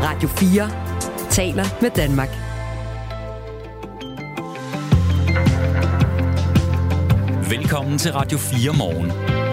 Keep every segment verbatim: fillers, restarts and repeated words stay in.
Radio fire taler med Danmark. Velkommen til Radio fire morgen.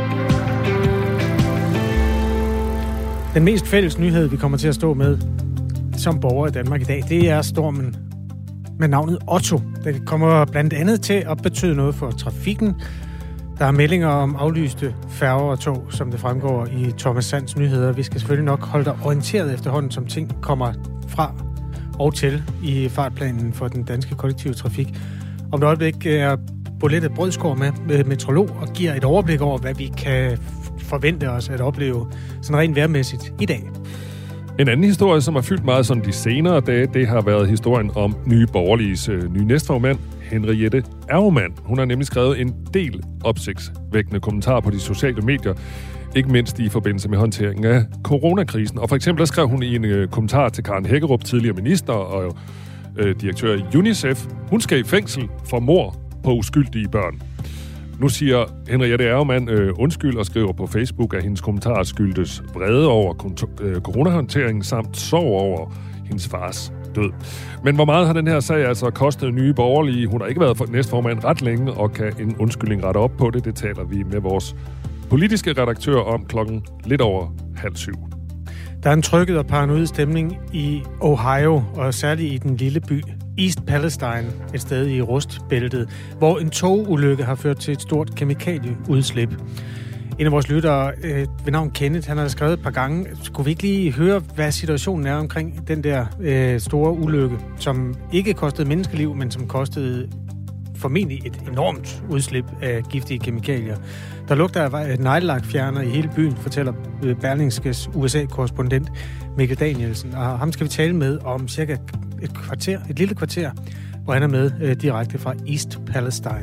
Den mest fælles nyhed, vi kommer til at stå med som borgere i Danmark i dag, det er stormen med navnet Otto. Den kommer blandt andet til at betyde noget for trafikken. Der er meldinger om aflyste færger og tog, som det fremgår i Thomas Sands nyheder. Vi skal selvfølgelig nok holde dig orienteret efterhånden, som ting kommer fra og til i fartplanen for den danske kollektive trafik. Om et øjeblik er Bolette Brødsgaard med, med meteorolog og giver et overblik over, hvad vi kan forvente os at opleve sådan rent vejrmæssigt i dag. En anden historie, som har fyldt meget sådan de senere dage, det har været historien om Nye Borgerliges øh, nye næstformand, Henriette Auermann. Hun har nemlig skrevet en del opsigtsvækkende kommentarer på de sociale medier, ikke mindst i forbindelse med håndteringen af coronakrisen. Og for eksempel skrev hun i en øh, kommentar til Karen Hækkerup, tidligere minister og øh, direktør i UNICEF, hun skal i fængsel for mord på uskyldige børn. Nu siger Henriette Auermann øh, undskyld og skriver på Facebook, at hendes kommentarer skyldtes vrede over kont- øh, coronahåndteringen samt sorg over hendes fars død. Men hvor meget har den her sag altså kostet Nye Borgerlige? Hun har ikke været næstformand ret længe, og kan en undskyldning rette op på det. Det taler vi med vores politiske redaktør om klokken lidt over halv syv. Der er en trykket og paranoid stemning i Ohio, og særligt i den lille by East Palestine, et sted i rustbæltet, hvor en togulykke har ført til et stort kemikalieudslip. En af vores lyttere øh, ved navn Kenneth, han har skrevet et par gange, skulle vi ikke lige høre, hvad situationen er omkring den der øh, store ulykke, som ikke kostede menneskeliv, men som kostede formentlig et enormt udslip af giftige kemikalier. Der lugter af neglelakfjerner i hele byen, fortæller Berlingskes U S A-korrespondent Mikkel Danielsen. Og ham skal vi tale med om cirka et kvarter, et lille kvarter, hvor han er med øh, direkte fra East Palestine.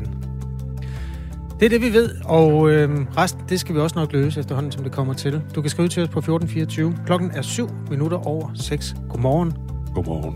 Det er det, vi ved, og øh, resten, det skal vi også nok løse efterhånden, som det kommer til. Du kan skrive til os på fjorten fireogtyve. Klokken er syv minutter over seks. Godmorgen. Godmorgen.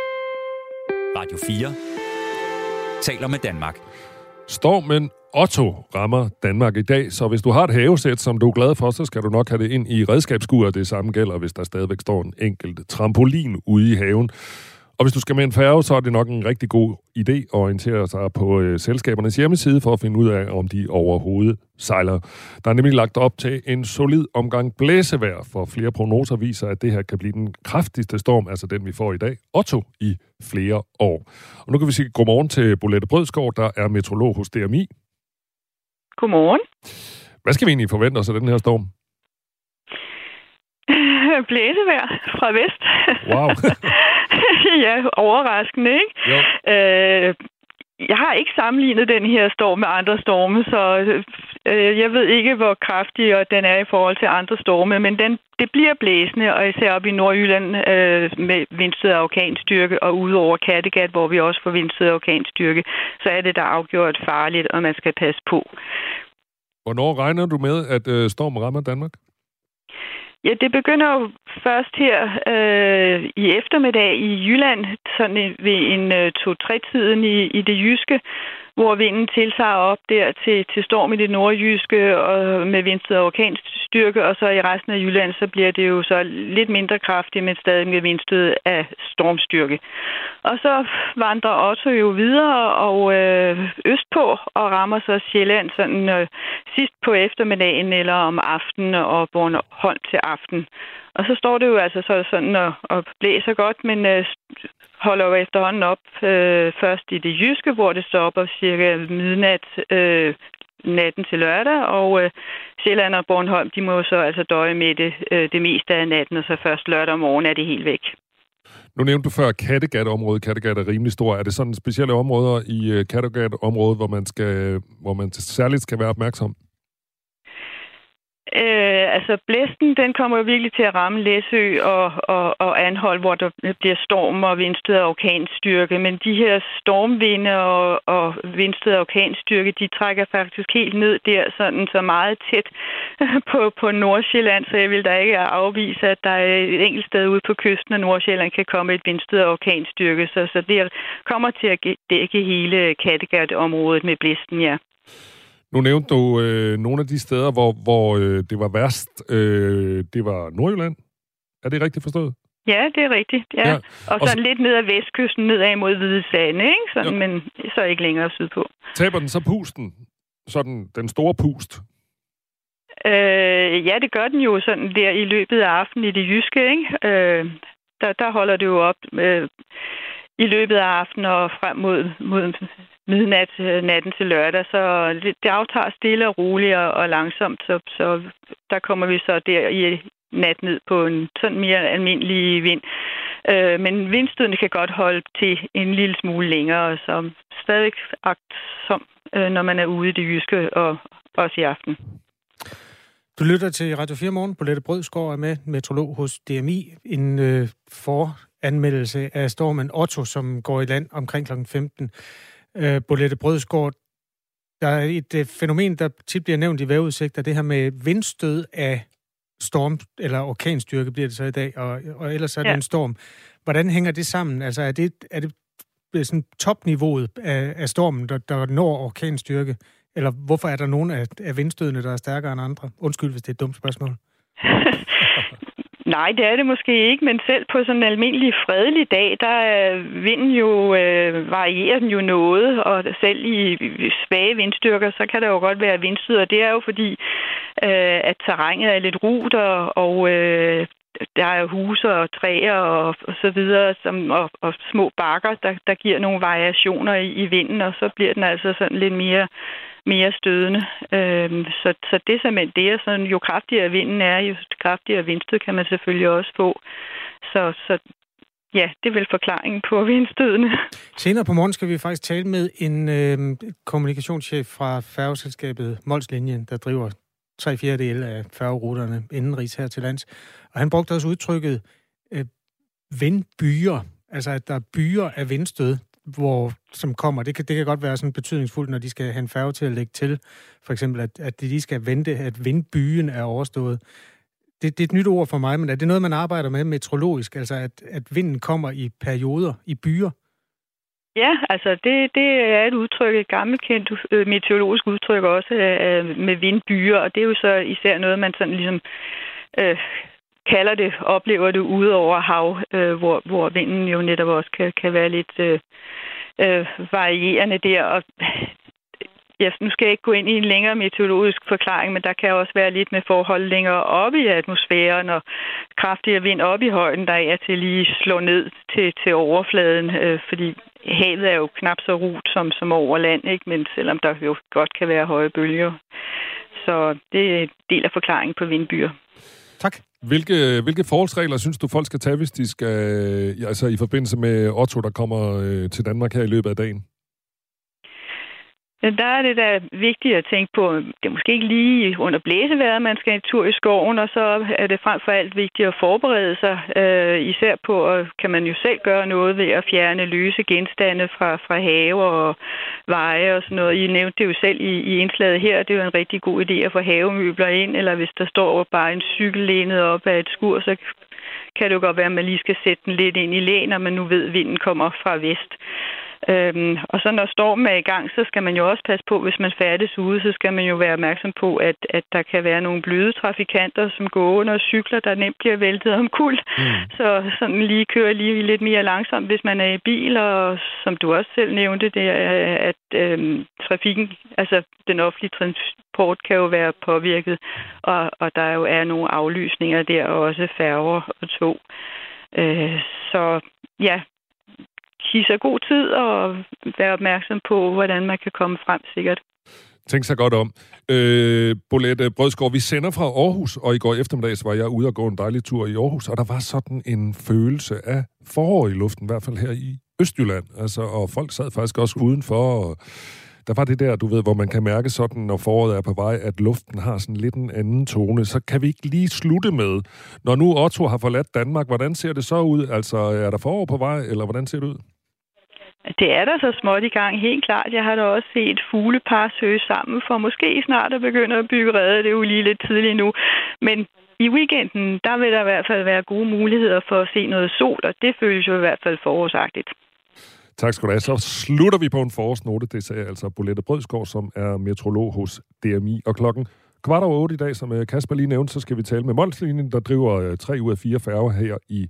Radio fire taler med Danmark. Stormen Otto rammer Danmark i dag, så hvis du har et havesæt, som du er glad for, så skal du nok have det ind i redskabsskuret. Det samme gælder, hvis der stadigvæk står en enkelt trampolin ude i haven. Og hvis du skal med en færge, så er det nok en rigtig god idé at orientere sig på øh, selskabernes hjemmeside for at finde ud af, om de overhovedet sejler. Der er nemlig lagt op til en solid omgang blæsevejr, for flere prognoser viser, at det her kan blive den kraftigste storm, altså den vi får i dag, Otto, i flere år. Og nu kan vi sige godmorgen til Bolette Brødsgaard, der er meteorolog hos D M I. Godmorgen. Hvad skal vi egentlig forvente os af den her storm? Blæsevejr fra vest. Wow. Ja, overraskende, ikke? Jo. Øh, jeg har ikke sammenlignet den her storm med andre storme, så øh, jeg ved ikke, hvor kraftig den er i forhold til andre storme, men den, det bliver blæsende, og især op i Nordjylland øh, med vindstød af orkanstyrke, og ude over Kattegat, hvor vi også får vindstød af orkanstyrke, så er det der afgjort farligt, og man skal passe på. Hvornår regner du med, at øh, stormen rammer Danmark? Ja, det begynder jo først her øh, i eftermiddag i Jylland, sådan ved en øh, to-tre-tiden i, i det jyske, hvor vinden tiltager op der til, til storm i det nordjyske og med vindstød af orkanstyrke, og så i resten af Jylland, så bliver det jo så lidt mindre kraftigt, men stadig med vindstød af stormstyrke. Og så vandrer Otto jo videre og øh, østpå og rammer så Sjælland sådan øh, sidst på eftermiddagen eller om aftenen og Bornholm til aften. Og så står det jo altså så sådan og, og blæser godt, men øh, holder jo efterhånden op øh, først i det jyske, hvor det stopper cirka midnat øh, natten til lørdag, og øh, Sjælland og Bornholm, de må så altså døje med det, øh, det meste af natten, og så først lørdag morgen er det helt væk. Nu nævnte du før Kattegat-området. Kattegat er rimelig stor. Er det sådan specielle områder i Kattegat-området, hvor man skal, hvor man særligt skal være opmærksom? Øh, altså blæsten, den kommer jo virkelig til at ramme Læsø og, og, og Anholt, hvor der bliver storm og vindstød af orkanstyrke. Men de her stormvinde og, og vindstød af orkanstyrke, de trækker faktisk helt ned der, sådan så meget tæt på, på Nordsjælland. Så jeg vil da ikke afvise, at der er et enkelt sted ude på kysten af Nordsjælland kan komme et vindstød af orkanstyrke. Så, så det kommer til at dække hele Kattegat-området med blæsten, ja. Nu nævnte du øh, nogle af de steder, hvor, hvor øh, det var værst. Øh, det var Nordjylland. Er det rigtigt forstået? Ja, det er rigtigt. Ja. Ja. Og, og sådan så... lidt ned ad vestkysten, nedad mod Hvide Sande, ikke? Sådan, men så ikke længere sydpå. Taber den så pusten? Sådan den store pust? Øh, ja, det gør den jo sådan der i løbet af aftenen i det jyske, ikke? Øh, der, der holder det jo op øh, i løbet af aftenen og frem mod, mod midnat, natten til lørdag. Så det, det aftager stille og roligt og, og langsomt, så, så der kommer vi så der i nat ned på en sådan mere almindelig vind. Øh, men vindstødene kan godt holde til en lille smule længere, så stadig agtsom, øh, når man er ude i det jyske og også i aften. Du lytter til Radio fire Morgen. Bolette Brødsgaard er med, meteorolog hos D M I. En øh, foranmeldelse af stormen Otto, som går i land omkring klokken femten. Øh, Bolette Brødsgaard, der er et øh, fænomen, der tit bliver nævnt i vejrudsigter, det her med vindstød af storm, eller orkanstyrke bliver det så i dag, og, og ellers er det ja. en storm. Hvordan hænger det sammen? Altså er det, er det sådan topniveauet af, af stormen, der, der når orkanstyrke? Eller hvorfor er der nogen af, af vindstødene, der er stærkere end andre? Undskyld, hvis det er et dumt spørgsmål. Nej, det er det måske ikke, men selv på sådan en almindelig fredelig dag, der er vinden jo, øh, varierer den jo noget, og selv i svage vindstyrker, så kan der jo godt være vindstød, og det er jo fordi, øh, at terrænet er lidt rut, og, og øh, der er huse og træer og, og så videre, som, og, og små bakker, der, der giver nogle variationer i, i vinden, og så bliver den altså sådan lidt mere mere stødende. Øhm, så, så det er simpelthen det, sådan, jo kraftigere vinden er, jo kraftigere vindstød kan man selvfølgelig også få. Så, så ja, det er vel forklaringen på vindstødene. Senere på morgen skal vi faktisk tale med en øh, kommunikationschef fra færgeselskabet Molslinjen, der driver tre fjerdedele af færgeruterne indenrigs her til lands. Og han brugte også udtrykket øh, vindbyer, altså at der er byer af vindstød, hvor, som kommer. Det kan, det kan godt være sådan betydningsfuldt, når de skal have en færge til at lægge til. For eksempel, at, at de skal vente, at vindbyen er overstået. Det, det er et nyt ord for mig, men er det noget, man arbejder med meteorologisk? Altså, at, at vinden kommer i perioder, i byer? Ja, altså det, det er et udtryk, et gammelkendt øh, meteorologisk udtryk også øh, med vindbyer, og det er jo så især noget, man sådan ligesom øh, kalder det, oplever det ude over hav, øh, hvor, hvor vinden jo netop også kan, kan være lidt øh, øh, varierende der. Og ja, nu skal jeg ikke gå ind i en længere meteorologisk forklaring, men der kan også være lidt med forhold længere oppe i atmosfæren og kraftigere vind op i højden, der er til lige slå ned til, til overfladen, øh, fordi havet er jo knap så rut som, som over land, ikke? Men selvom der jo godt kan være høje bølger. Så det er en del af forklaringen på vindbyer. Tak. Hvilke, hvilke forholdsregler synes du, folk skal tage, hvis de skal, altså i forbindelse med Otto, der kommer øh, til Danmark her i løbet af dagen? Der er det da vigtigt at tænke på, det er måske ikke lige under blæsevejret, man skal en tur i skoven, og så er det frem for alt vigtigt at forberede sig, øh, især på, og kan man jo selv gøre noget ved at fjerne løse genstande fra, fra have og veje og sådan noget. I nævnte det jo selv i, i indslaget her, det er jo en rigtig god idé at få havemøbler ind, eller hvis der står bare en cykel lænet op af et skur, så kan det jo godt være, at man lige skal sætte den lidt ind i læ, når man nu ved, at vinden kommer fra vest. Øhm, og så når stormen er i gang, så skal man jo også passe på, hvis man færdes ude, så skal man jo være opmærksom på, at, at der kan være nogle bløde trafikanter, som går under cykler, der nemt bliver væltet omkuld. Mm. Så sådan lige kører lige lidt mere langsomt, hvis man er i bil, og som du også selv nævnte, det er, at øhm, trafikken, altså den offentlige transport kan jo være påvirket, og, og der jo er nogle aflysninger der, og også færger og tog. Øh, så ja, give sig god tid og være opmærksom på, hvordan man kan komme frem sikkert. Tænk sig godt om. Øh, Bolette Brødsgaard, vi sender fra Aarhus, og i går eftermiddags var jeg ude og gå en dejlig tur i Aarhus, og der var sådan en følelse af forår i luften, i hvert fald her i Østjylland. Altså, og folk sad faktisk også udenfor, og der var det der, du ved, hvor man kan mærke sådan, når foråret er på vej, at luften har sådan lidt en anden tone. Så kan vi ikke lige slutte med, når nu Otto har forladt Danmark, hvordan ser det så ud? Altså, er der forår på vej, eller hvordan ser det ud? Det er der så småt i gang, helt klart. Jeg har da også set fuglepar søge sammen, for måske snart at begynde at bygge rede. Det er jo lige lidt tidligt nu. Men i weekenden, der vil der i hvert fald være gode muligheder for at se noget sol, og det føles jo i hvert fald forårsagtigt. Tak skal du have. Så slutter vi på en forårsnote. Det sagde altså Bolette Brødsgaard, som er meteorolog hos D M I. Og klokken kvart over otte i dag, som Kasper lige nævnte, så skal vi tale med Molslinjen, der driver tre ud af fire færger her i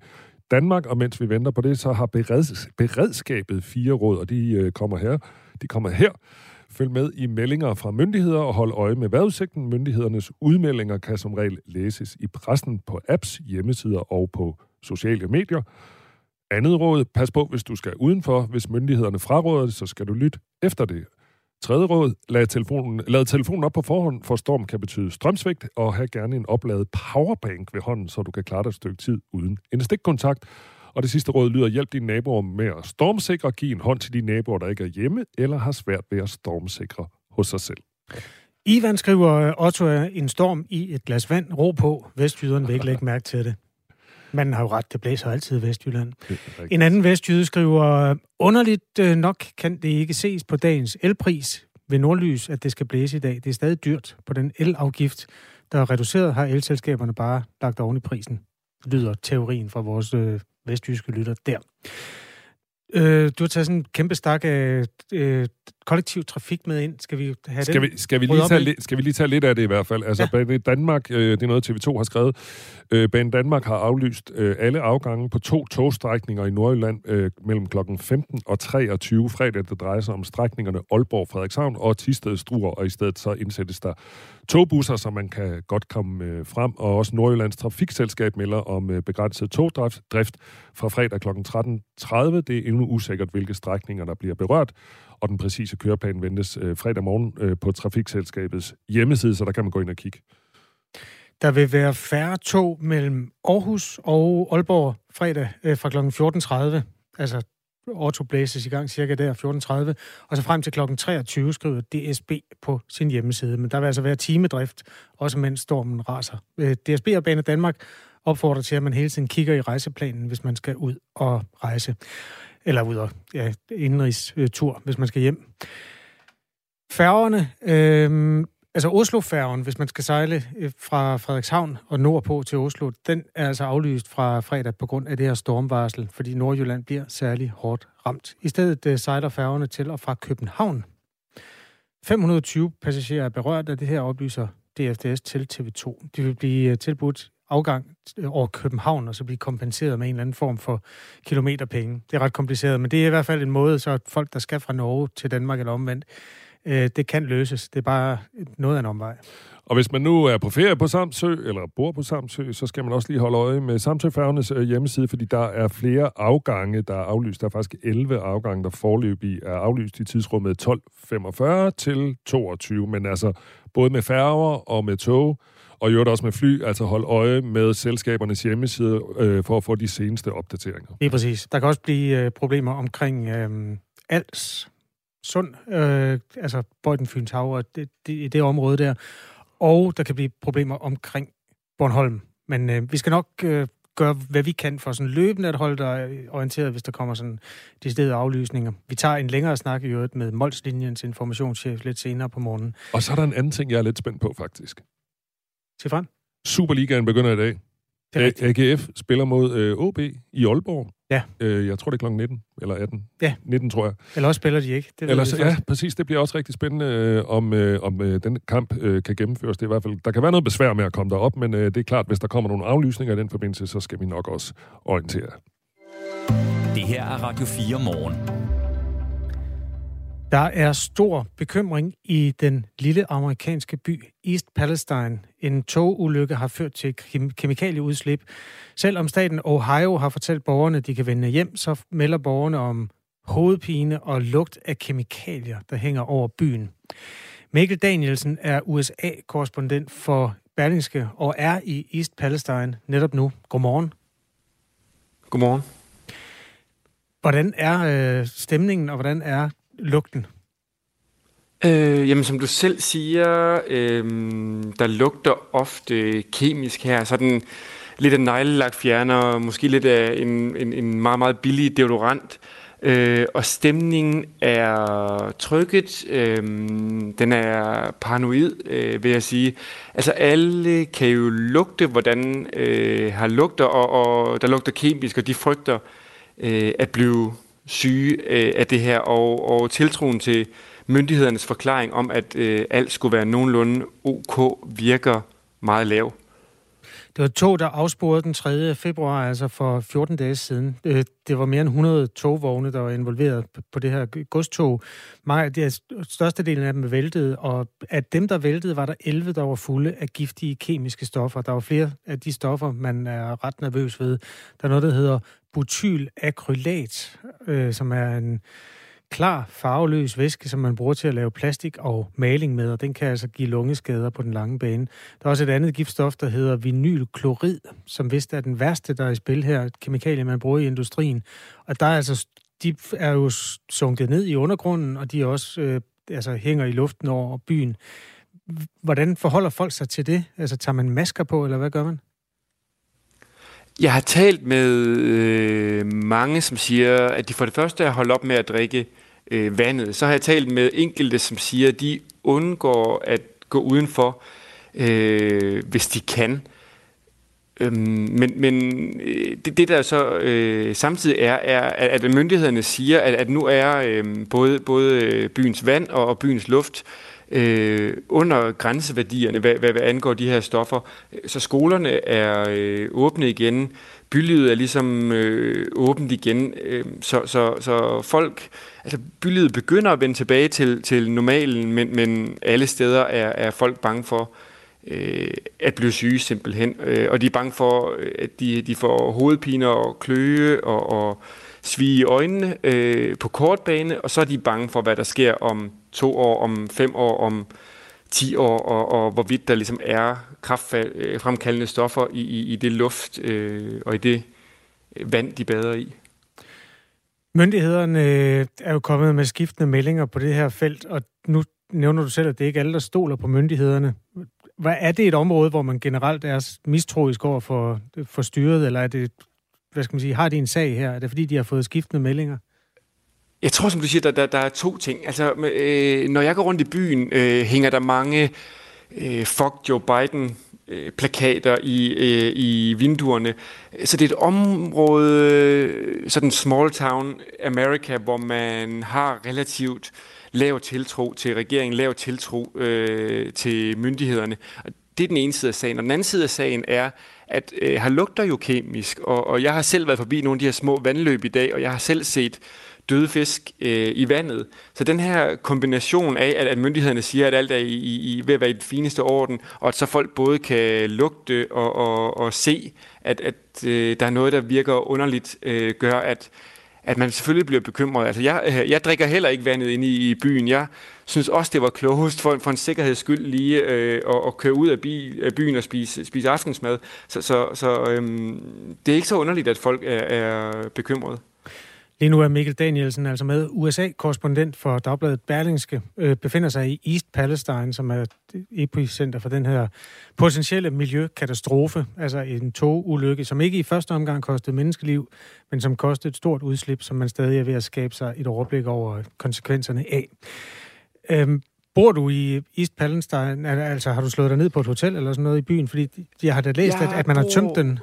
Danmark, og mens vi venter på det, så har bereds, beredskabet fire råd, og de øh, kommer her. De kommer her. Følg med i meldinger fra myndigheder og hold øje med vejrudsigten. Myndighedernes udmeldinger kan som regel læses i pressen, på apps, hjemmesider og på sociale medier. Andet råd, pas på, hvis du skal udenfor. Hvis myndighederne fraråder det, så skal du lytte efter det. Tredje råd, lad telefonen, lad telefonen op på forhånd, for storm kan betyde strømsvigt, og have gerne en opladet powerbank ved hånden, så du kan klare dig et stykke tid uden en stikkontakt. Og det sidste råd lyder, hjælp dine naboer med at stormsikre, giv en hånd til de naboer, der ikke er hjemme, eller har svært ved at stormsikre hos sig selv. Ivan skriver, Otto er en storm i et glas vand, ro på, vestjyderne vil ikke lægge mærke til det. Manden har jo ret, det blæser altid i Vestjylland. En anden vestjyde skriver, underligt nok kan det ikke ses på dagens elpris ved Nordlys, at det skal blæse i dag. Det er stadig dyrt på den elafgift, der er reduceret, har elselskaberne bare lagt oven i prisen. Lyder teorien fra vores øh, vestjyske lytter der. Øh, du har taget sådan en kæmpe stak af øh, kollektiv trafik med ind. Skal vi have skal det? Vi, skal, vi lige tage li- skal vi lige tage lidt af det i hvert fald? Altså, ja. Bane Danmark, øh, det er noget T V to har skrevet. Øh, Bane Danmark har aflyst øh, alle afgange på to togstrækninger i Nordjylland øh, mellem klokken femten og treogtyve fredag. Det drejer sig om strækningerne Aalborg-Frederikshavn og Thisted-Struer, og i stedet så indsættes der togbusser, så man kan godt komme øh, frem. Og også Nordjyllands Trafikselskab melder om øh, begrænset togdrift drift fra fredag klokken tretten tredive. Det er endnu usikkert, hvilke strækninger der bliver berørt, og den præcise køreplan ventes øh, fredag morgen øh, på Trafikselskabets hjemmeside, så der kan man gå ind og kigge. Der vil være færre tog mellem Aarhus og Aalborg fredag øh, fra klokken fjorten tredive. Altså, Otto blæses i gang cirka der, fjorten tredive. Og så frem til klokken treogtyve skriver D S B på sin hjemmeside. Men der vil altså være timedrift, også mens stormen raser. Øh, D S B og Bane Danmark opfordrer til, at man hele tiden kigger i rejseplanen, hvis man skal ud og rejse. Eller ud og ja, indenrigstur, hvis man skal hjem. Færgerne, øh, altså Oslo-færgen, hvis man skal sejle fra Frederikshavn og nordpå til Oslo, den er altså aflyst fra fredag på grund af det her stormvarsel, fordi Nordjylland bliver særlig hårdt ramt. I stedet øh, sejler færgerne til og fra København. fem hundrede og tyve passagerer er berørt af det her, oplyser D F D S til T V to. De vil blive tilbudt afgang over København, og så blive kompenseret med en eller anden form for kilometerpenge. Det er ret kompliceret, men det er i hvert fald en måde, så folk, der skal fra Norge til Danmark eller omvendt, øh, det kan løses. Det er bare noget af en omvej. Og hvis man nu er på ferie på Samsø, eller bor på Samsø, så skal man også lige holde øje med Samsø-færgernes hjemmeside, fordi der er flere afgange, der er aflyst. Der er faktisk elleve afgange, der foreløbig er aflyst i tidsrummet tolv femogfyrre til toogtyve. Men altså, både med færger og med tog, og i øvrigt også med fly, altså holde øje med selskabernes hjemmeside øh, for at få de seneste opdateringer. Det er præcis. Der kan også blive øh, problemer omkring øh, Als, Sund, øh, altså Bøjden-Fyns Hav og det, det, det område der. Og der kan blive problemer omkring Bornholm. Men øh, vi skal nok øh, gøre, hvad vi kan for sådan løbende at holde dig orienteret, hvis der kommer sådan de steder aflysninger. Vi tager en længere snak i øvrigt med Mols-linjens informationschef lidt senere på morgenen. Og så er der en anden ting, jeg er lidt spændt på, faktisk. Til frem. Superligaen begynder i dag. A G F spiller mod øh, O B i Aalborg. Ja. Øh, jeg tror, det er klokken nitten eller atten. Ja. nitten, tror jeg. Eller også spiller de ikke. Det Ellers, ja, præcis. Det bliver også rigtig spændende, øh, om, øh, om øh, den kamp øh, kan gennemføres. Det er i hvert fald, der kan være noget besvær med at komme derop, men øh, det er klart, hvis der kommer nogle aflysninger i den forbindelse, så skal vi nok også orientere. Det her er Radio fire morgen. Der er stor bekymring i den lille amerikanske by East Palestine. En togulykke har ført til kemikalieudslip. Selvom staten Ohio har fortalt borgerne, at de kan vende hjem, så melder borgerne om hovedpine og lugt af kemikalier, der hænger over byen. Mikkel Danielsen er U S A-korrespondent for Berlingske og er i East Palestine netop nu. Godmorgen. Godmorgen. Hvordan er øh, stemningen, og hvordan er lugten? Øh, jamen, som du selv siger, øh, der lugter ofte kemisk her. Sådan lidt af neglelakfjerner, måske lidt af en, en, en meget, meget billig deodorant. Øh, og stemningen er trykket. Øh, den er paranoid, øh, vil jeg sige. Altså, alle kan jo lugte, hvordan øh, har lugter, og, og der lugter kemisk, og de frygter øh, at blive syge øh, af det her, og, og tiltroen til myndighedernes forklaring om, at øh, alt skulle være nogenlunde ok, virker meget lav. Det var tog, der afsporede den tredje februar, altså for fjorten dage siden. Det var mere end hundrede togvogne, der var involveret på det her godstog. Mange af de største delen af dem væltede, og af dem, der væltede, var der elleve, der var fulde af giftige kemiske stoffer. Der var flere af de stoffer, man er ret nervøs ved. Der er noget, der hedder butylacrylat, øh, som er en klar, farveløs væske, som man bruger til at lave plastik og maling med, og den kan altså give lungeskader på den lange bane. Der er også et andet giftstof, der hedder vinylklorid, som vist er den værste, der er i spil her, kemikalier, man bruger i industrien. Og der er altså, de er jo sunket ned i undergrunden, og de også øh, altså, hænger i luften over byen. Hvordan forholder folk sig til det? Altså, tager man masker på, eller hvad gør man? Jeg har talt med øh, mange, som siger, at de for det første er holdt op med at drikke øh, vandet. Så har jeg talt med enkelte, som siger, at de undgår at gå udenfor, øh, hvis de kan. Øhm, men men det, det der så øh, samtidig er, er, at myndighederne siger, at, at nu er øh, både, både byens vand og, og byens luft Øh, under grænseværdierne, hvad, hvad, hvad angår de her stoffer. Så skolerne er øh, åbne igen, bylivet er ligesom øh, åbent igen, øh, så, så, så folk, altså bylivet begynder at vende tilbage til, til normalen, men, men alle steder er, er folk bange for øh, at blive syge simpelthen, øh, og de er bange for, at de, de får hovedpiner og kløe og, og svige i øjnene øh, på kort bane, og så er de bange for, hvad der sker om to år, om fem år, om ti år, og, og hvorvidt der ligesom er kræftfremkaldende stoffer i, i, i det luft øh, og i det vand, de bader i. Myndighederne øh, er jo kommet med skiftende meldinger på det her felt, og nu nævner du selv, at det ikke er alle, der stoler på myndighederne. Hvad er det et område, hvor man generelt er mistroisk over for, for styret, eller er det, hvad skal man sige, har de en sag her? Er det fordi, de har fået skiftende meldinger? Jeg tror, som du siger, der, der, der er to ting. Altså, øh, når jeg går rundt i byen, øh, hænger der mange øh, fuck Joe Biden øh, plakater i, øh, i vinduerne. Så det er et område, sådan small town America, hvor man har relativt lav tiltro til regeringen, lav tiltro øh, til myndighederne. Det er den ene side af sagen. Og den anden side af sagen er, at øh, her lugter jo kemisk, og, og jeg har selv været forbi nogle af de her små vandløb i dag, og jeg har selv set døde fisk øh, i vandet. Så den her kombination af, at, at myndighederne siger, at alt er i, i, ved at være i det fineste orden, og at så folk både kan lugte og, og, og se, at, at øh, der er noget, der virker underligt, øh, gør, at, at man selvfølgelig bliver bekymret. Altså, jeg, jeg drikker heller ikke vandet inde i, i byen. Jeg synes også, det var klogest for, for en sikkerheds skyld lige øh, at, at køre ud af, bi, af byen og spise, spise aftensmad. Så, så, så øh, det er ikke så underligt, at folk er, er bekymrede. Lige nu er Mikkel Danielsen altså med, U S A-korrespondent for Dagbladet Berlingske, øh, befinder sig i East Palestine, som er epicenter for den her potentielle miljøkatastrofe, altså en togulykke, som ikke i første omgang kostede menneskeliv, men som kostede et stort udslip, som man stadig er ved at skabe sig et overblik over konsekvenserne af. Øhm, bor du i East Palestine, altså har du slået dig ned på et hotel eller sådan noget i byen? Fordi jeg har da læst, at, at man har tømt den.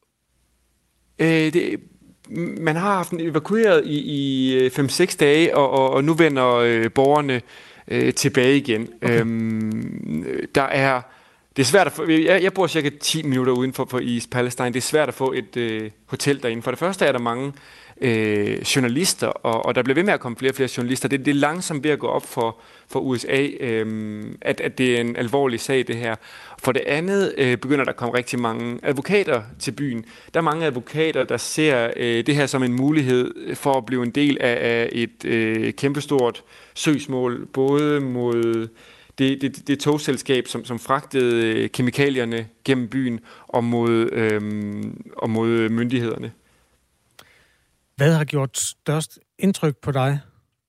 Øh, det Man har haft den evakueret i, i fem seks dage, og, og, og nu vender øh, borgerne øh, tilbage igen. Okay. Øhm, der er, det er svært at få, jeg, jeg bor cirka ti minutter uden for, for East Palestine. Det er svært at få et øh, hotel derinde. For det første er der mange øh, journalister, og, og der bliver ved med at komme flere og flere journalister. Det, det er langsomt ved at gå op for, for U S A, øh, at, at det er en alvorlig sag, det her. For det andet øh, begynder der at komme rigtig mange advokater til byen. Der er mange advokater, der ser øh, det her som en mulighed for at blive en del af, af et øh, kæmpestort søgsmål, både mod det, det, det togselskab, som, som fragtede øh, kemikalierne gennem byen, og mod, øh, og mod myndighederne. Hvad har gjort størst indtryk på dig?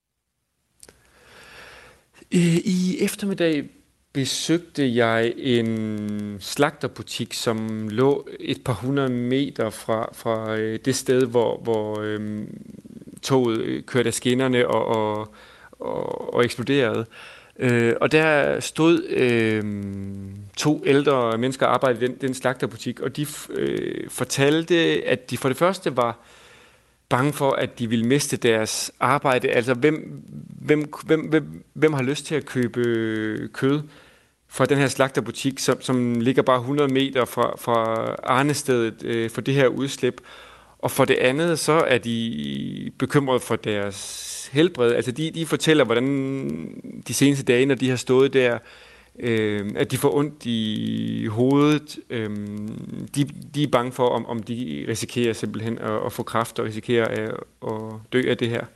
I eftermiddag besøgte jeg en slagterbutik, som lå et par hundrede meter fra, fra det sted, hvor, hvor øhm, toget kørte af skinnerne og, og, og, og eksploderede. Øh, og der stod øh, to ældre mennesker og arbejdede i den, den slagterbutik, og de øh, fortalte, at de for det første var bange for, at de ville miste deres arbejde. Altså, hvem, hvem, hvem, hvem, hvem har lyst til at købe kød fra den her slagterbutik, som, som ligger bare hundrede meter fra, fra arnestedet øh, for det her udslip. Og for det andet, så er de bekymrede for deres helbred. Altså de, de fortæller, hvordan de seneste dage, når de har stået der, øh, at de får ondt i hovedet. Øh, de, de er bange for, om, om de risikerer simpelthen at, at få kræft og risikerer at, at dø af det her.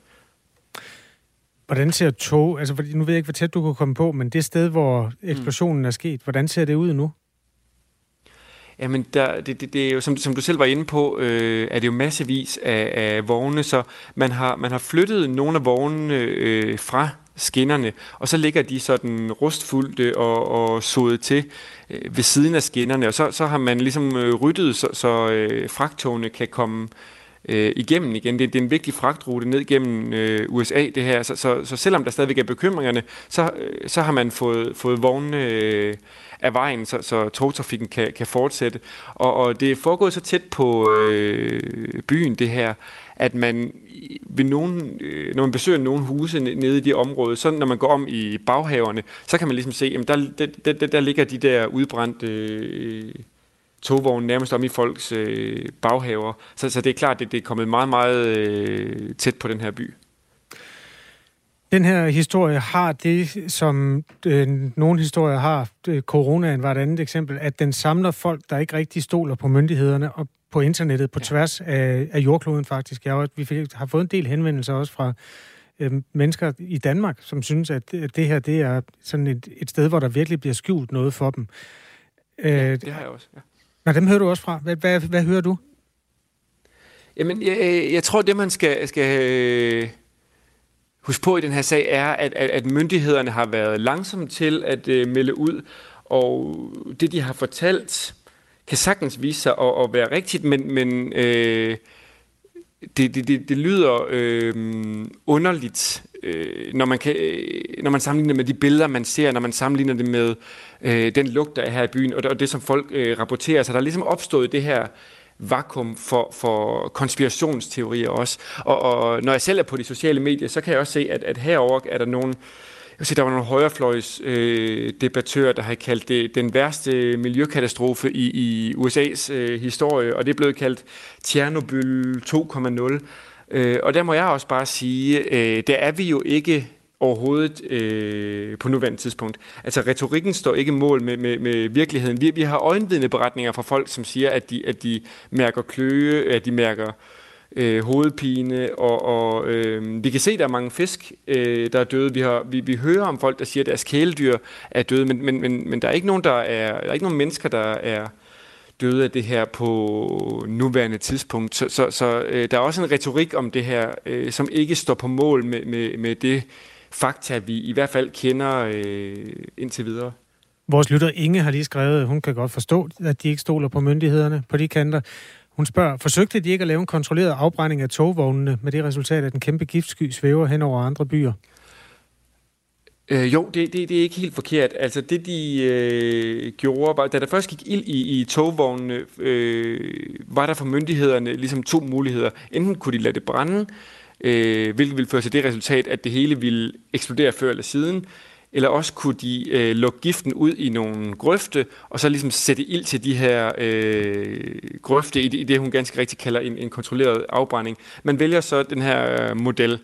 Hvordan ser tog, altså nu ved jeg ikke, hvor tæt du kunne komme på, men det sted, hvor eksplosionen mm. er sket, hvordan ser det ud nu? Jamen, der, det, det, det er jo, som, som du selv var inde på, øh, er det jo massevis af, af vogne, så man har, man har flyttet nogle af vognene øh, fra skinnerne, og så ligger de sådan rustfulde og, og sodet til øh, ved siden af skinnerne, og så, så har man ligesom øh, ryddet, så, så øh, fragttogene kan komme øh, igennem igen. Det, det er en vigtig fragtrute ned gennem øh, U S A, det her, så, så, så selvom der stadigvæk er bekymringerne, så, øh, så har man fået, fået vognene øh, af vejen, så, så togtrafikken kan, kan fortsætte. Og, og det er foregået så tæt på øh, byen, det her, at man ved nogen, øh, når man besøger nogle huse nede i de områder, så når man går om i baghaverne, så kan man ligesom se, at der, der, der, der ligger de der udbrændte øh, togvogne nærmest om i folks øh, baghaver. Så, så det er klart, at det er kommet meget, meget øh, tæt på den her by. Den her historie har det, som øh, nogle historier har, øh, coronaen var et andet eksempel, at den samler folk, der ikke rigtig stoler på myndighederne og på internettet på ja. tværs af, af jordkloden faktisk. Jeg har, vi fik, har fået en del henvendelser også fra øh, mennesker i Danmark, som synes, at, at det her det er sådan et, et sted, hvor der virkelig bliver skjult noget for dem. Ja, øh, det har jeg også, ja. Nå, dem hører du også fra. Hvad, hvad, hvad hører du? Jamen, jeg, jeg tror, det man skal... skal husk på i den her sag er, at, at, at myndighederne har været langsomme til at øh, melde ud, og det, de har fortalt, kan sagtens vise sig at, at være rigtigt, men, men øh, det, det, det, det lyder øh, underligt, øh, når, man kan, øh, når man sammenligner med de billeder, man ser, når man sammenligner det med øh, den lugt, der er her i byen, og det, og det som folk øh, rapporterer. Så der er ligesom opstået det her vakuum for, for konspirationsteorier også. Og, og når jeg selv er på de sociale medier, så kan jeg også se, at, at herover er der nogle, jeg vil sige, der var nogle højrefløjs øh, debattører, der har kaldt det den værste miljøkatastrofe i, i U S A's øh, historie, og det er blevet kaldt Tjernobyl to punkt nul. Øh, og der må jeg også bare sige, øh, der er vi jo ikke overhovedet øh, på nuværende tidspunkt. Altså retorikken står ikke mål med, med, med virkeligheden. Vi, vi har øjenvidneberetninger fra folk, som siger, at de, at de mærker kløe, at de mærker øh, hovedpine, og, og øh, vi kan se, at der er mange fisk, øh, der er døde. Vi, har, vi, vi hører om folk, der siger, at deres kæledyr er døde, men, men, men, men der er ikke nogen, der er, der er ikke nogen mennesker, der er døde af det her på nuværende tidspunkt. Så, så, så øh, der er også en retorik om det her, øh, som ikke står på mål med, med, med det fakta, vi i hvert fald kender øh, indtil videre. Vores lytter Inge har lige skrevet, hun kan godt forstå, at de ikke stoler på myndighederne på de kanter. Hun spørger, forsøgte de ikke at lave en kontrolleret afbrænding af togvognene med det resultat, at en kæmpe giftsky svæver hen over andre byer? Øh, jo, det, det, det er ikke helt forkert. Altså det, de øh, gjorde, var, da der først gik ild i, i togvognene, øh, var der for myndighederne ligesom to muligheder. Enten kunne de lade det brænde, øh, hvilket ville føre til det resultat, at det hele ville eksplodere før eller siden, eller også kunne de øh, lukke giften ud i nogle grøfte, og så ligesom sætte ild til de her øh, grøfte, i det, i det, hun ganske rigtigt kalder en, en kontrolleret afbrænding. Man vælger så den her model.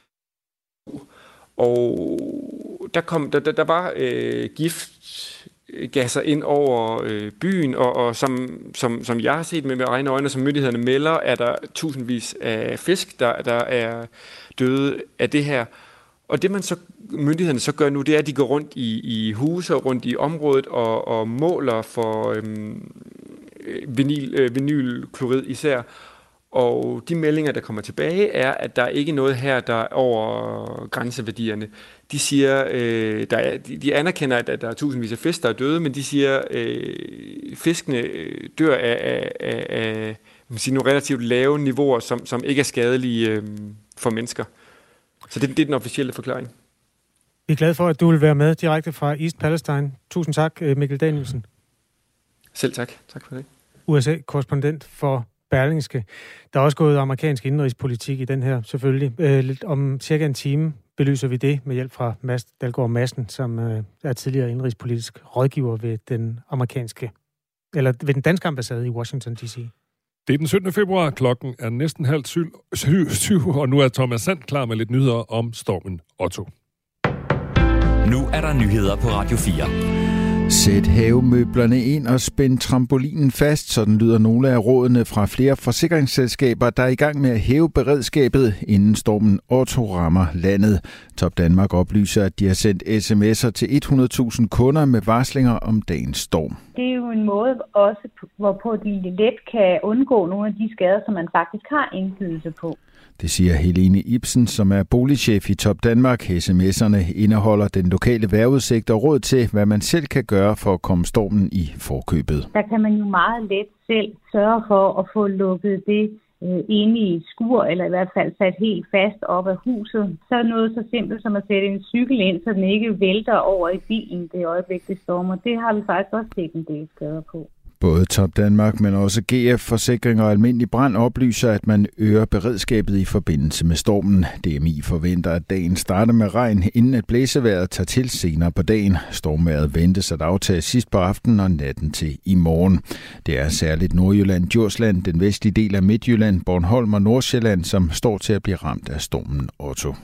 Og der, kom, der, der, der var øh, giftgasser ind over øh, byen, og, og som, som, som jeg har set med mine egne øjne, som myndighederne melder, er der tusindvis af fisk, der, der er døde af det her. Og det man så, myndighederne så gør nu, det er, at de går rundt i, i huse og rundt i området og, og måler for øhm, vinyl, øh, vinylklorid især. Og de meldinger, der kommer tilbage, er, at der er ikke noget her, der er over grænseværdierne. De siger, øh, der er, de, de anerkender, at der er tusindvis af fisk, der er døde, men de siger, at øh, fiskene dør af, af, af, af man siger, nogle relativt lave niveauer, som, som ikke er skadelige øh, for mennesker. Så det, det er den officielle forklaring. Vi er glade for, at du vil være med direkte fra East Palestine. Tusind tak, Mikkel Danielsen. Selv tak. Tak for det. U S A-korrespondent for Berlingske. Der er også gået amerikansk indenrigspolitik i den her, selvfølgelig. Øh, om cirka en time belyser vi det med hjælp fra Mads Dalgaard Madsen, som øh, er tidligere indrigspolitisk rådgiver ved den amerikanske, eller ved den danske ambassade i Washington D C. Det er den syttende februar, klokken er næsten halv syv, syv, syv, og nu er Thomas Sand klar med lidt nyheder om stormen Otto. Nu er der nyheder på Radio fire. Sæt havemøblerne ind og spænd trampolinen fast, sådan lyder nogle af rådene fra flere forsikringsselskaber, der er i gang med at hæve beredskabet, inden stormen Otto rammer landet. Top Danmark oplyser, at de har sendt sms'er til hundrede tusind kunder med varslinger om dagens storm. Det er jo en måde også, hvorpå de let kan undgå nogle af de skader, som man faktisk har indflydelse på. Det siger Helene Ibsen, som er boligchef i Top Danmark. sms'erne indeholder den lokale vejrudsigt og råd til, hvad man selv kan gøre for at komme stormen i forkøbet. Der kan man jo meget let selv sørge for at få lukket det øh, inde i et skur, eller i hvert fald sat helt fast op af huset. Så er noget så simpelt som at sætte en cykel ind, så den ikke vælter over i bilen det øjeblik, det stormer. Det har vi faktisk også set en del skader på. Både Top Danmark, men også G F Forsikring og Almindelig Brand oplyser, at man øger beredskabet i forbindelse med stormen. D M I forventer, at dagen starter med regn, inden at blæsevejret tager til senere på dagen. Stormvejret ventes at aftage sidst på aftenen og natten til i morgen. Det er særligt Nordjylland, Djursland, den vestlige del af Midtjylland, Bornholm og Nordsjælland, som står til at blive ramt af stormen Otto.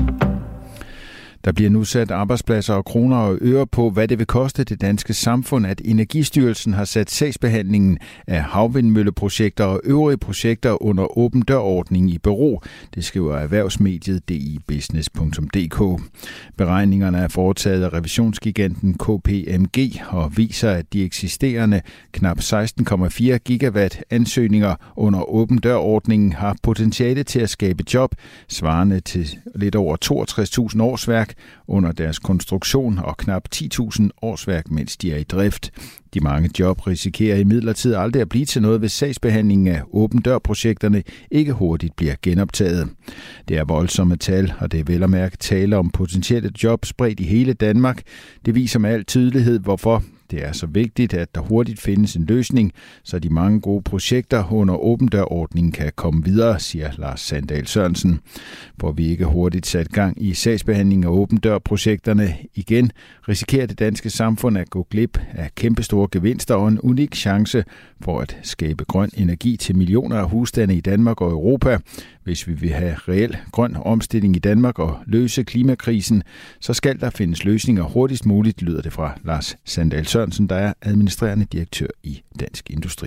Der bliver nu sat arbejdspladser og kroner og øre på, hvad det vil koste det danske samfund, at Energistyrelsen har sat sagsbehandlingen af havvindmølleprojekter og øvrige projekter under åben dør-ordningen i bero. Det skriver erhvervsmediet d i business punktum d k. Beregningerne er foretaget af revisionsgiganten K P M G og viser, at de eksisterende knap seksten komma fire gigawatt ansøgninger under åben dør-ordningen har potentiale til at skabe job, svarende til lidt over toogtres tusind årsværk under deres konstruktion og knap ti tusind årsværk, mens de er i drift. De mange job risikerer imidlertid aldrig at blive til noget, hvis sagsbehandlingen af åben dør-projekterne ikke hurtigt bliver genoptaget. Det er voldsomme tal, og det er vel at mærke tale om potentielle job spredt i hele Danmark. Det viser med al tydelighed, hvorfor det er så vigtigt, at der hurtigt findes en løsning, så de mange gode projekter under åben dør-ordningen kan komme videre, siger Lars Sandahl Sørensen. Hvor vi ikke hurtigt sat gang i sagsbehandling af åben dør-projekterne igen, risikerer det danske samfund at gå glip af kæmpestore gevinster og en unik chance for at skabe grøn energi til millioner af husstande i Danmark og Europa. Hvis vi vil have reel grøn omstilling i Danmark og løse klimakrisen, så skal der findes løsninger hurtigst muligt, lyder det fra Lars Sandahl Sørensen, der er administrerende direktør i Dansk Industri.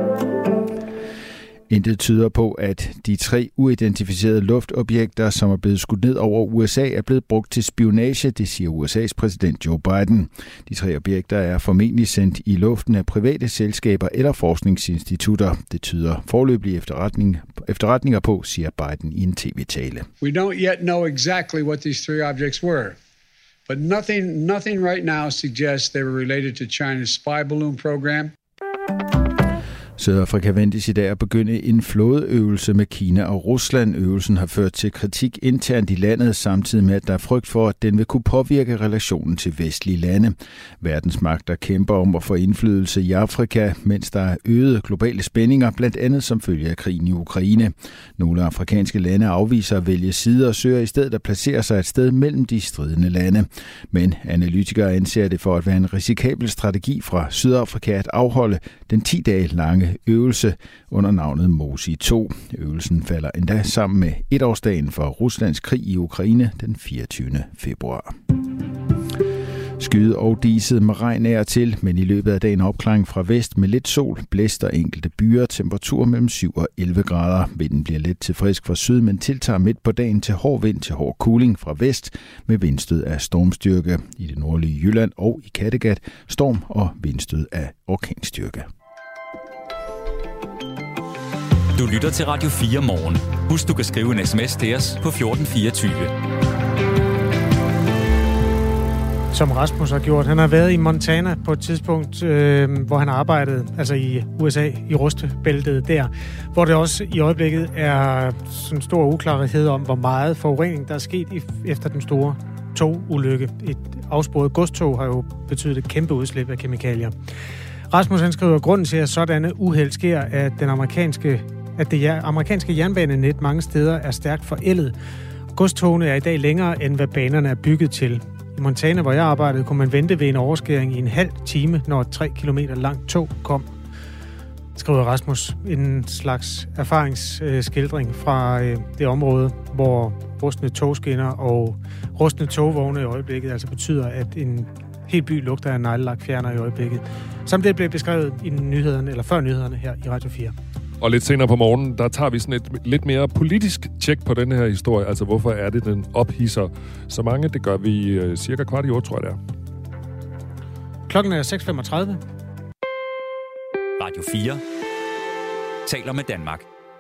Intet tyder på, at de tre uidentificerede luftobjekter, som er blevet skudt ned over U S A, er blevet brugt til spionage, det siger U S A's præsident Joe Biden. De tre objekter er formentlig sendt i luften af private selskaber eller forskningsinstitutter. Det tyder foreløbige efterretning, efterretninger på, siger Biden i en tv-tale. We don't yet know exactly what these three objects were, but nothing, nothing right now suggests they were related to China's spy balloon program. Sydafrika ventes i dag at begynde en flådeøvelse med Kina og Rusland. Øvelsen har ført til kritik internt i landet, samtidig med, at der er frygt for, at den vil kunne påvirke relationen til vestlige lande. Verdensmagter kæmper om at få indflydelse i Afrika, mens der er øgede globale spændinger, blandt andet som følge af krigen i Ukraine. Nogle afrikanske lande afviser at vælge sider og søger i stedet at placere sig et sted mellem de stridende lande. Men analytikere anser det for at være en risikabel strategi fra Sydafrika at afholde den ti dage lange øvelse under navnet MOSI to. Øvelsen falder endda sammen med etårsdagen for Ruslands krig i Ukraine den fireogtyvende februar. Skyet og diset med regn af og til, men i løbet af dagen opklaring fra vest med lidt sol, blæst og enkelte byer, temperatur mellem syv og elleve grader. Vinden bliver let til frisk fra syd, men tiltager midt på dagen til hård vind til hård kuling fra vest med vindstød af stormstyrke. I det nordlige Jylland og i Kattegat storm og vindstød af orkanstyrke. Du lytter til Radio fire morgen. Husk, du kan skrive en sms til os på fjorten fireogtyve. Som Rasmus har gjort. Han har været i Montana på et tidspunkt, øh, hvor han arbejdede, altså i U S A, i rustbæltet der, hvor det også i øjeblikket er sådan stor uklarhed om, hvor meget forurening der er sket efter den store togulykke. Et afsporet godstog har jo betydet et kæmpe udslip af kemikalier. Rasmus han skriver, at grunden til, at sådanne uheld sker, at den amerikanske, at det amerikanske jernbanenet mange steder er stærkt forældet, Godstogene er i dag længere, end hvad banerne er bygget til. I Montana, hvor jeg arbejdede, kunne man vente ved en overskæring i en halv time, når et tre kilometer langt tog kom, skriver Rasmus. En slags erfaringsskildring fra øh, det område, hvor rustne togskinner og rustne togvogne i øjeblikket altså betyder, at en hel by lugter af neglelakfjerner i øjeblikket. Som det blev beskrevet i nyhederne, eller før nyhederne her i Radio fire. Og lidt senere på morgenen, der tager vi sådan et lidt mere politisk tjek på den her historie. Altså, hvorfor er det, den ophidser så mange? Det gør vi øh, cirka kvart i otte, tror jeg det er. Klokken er seks femogtredive. Radio fire taler med Danmark.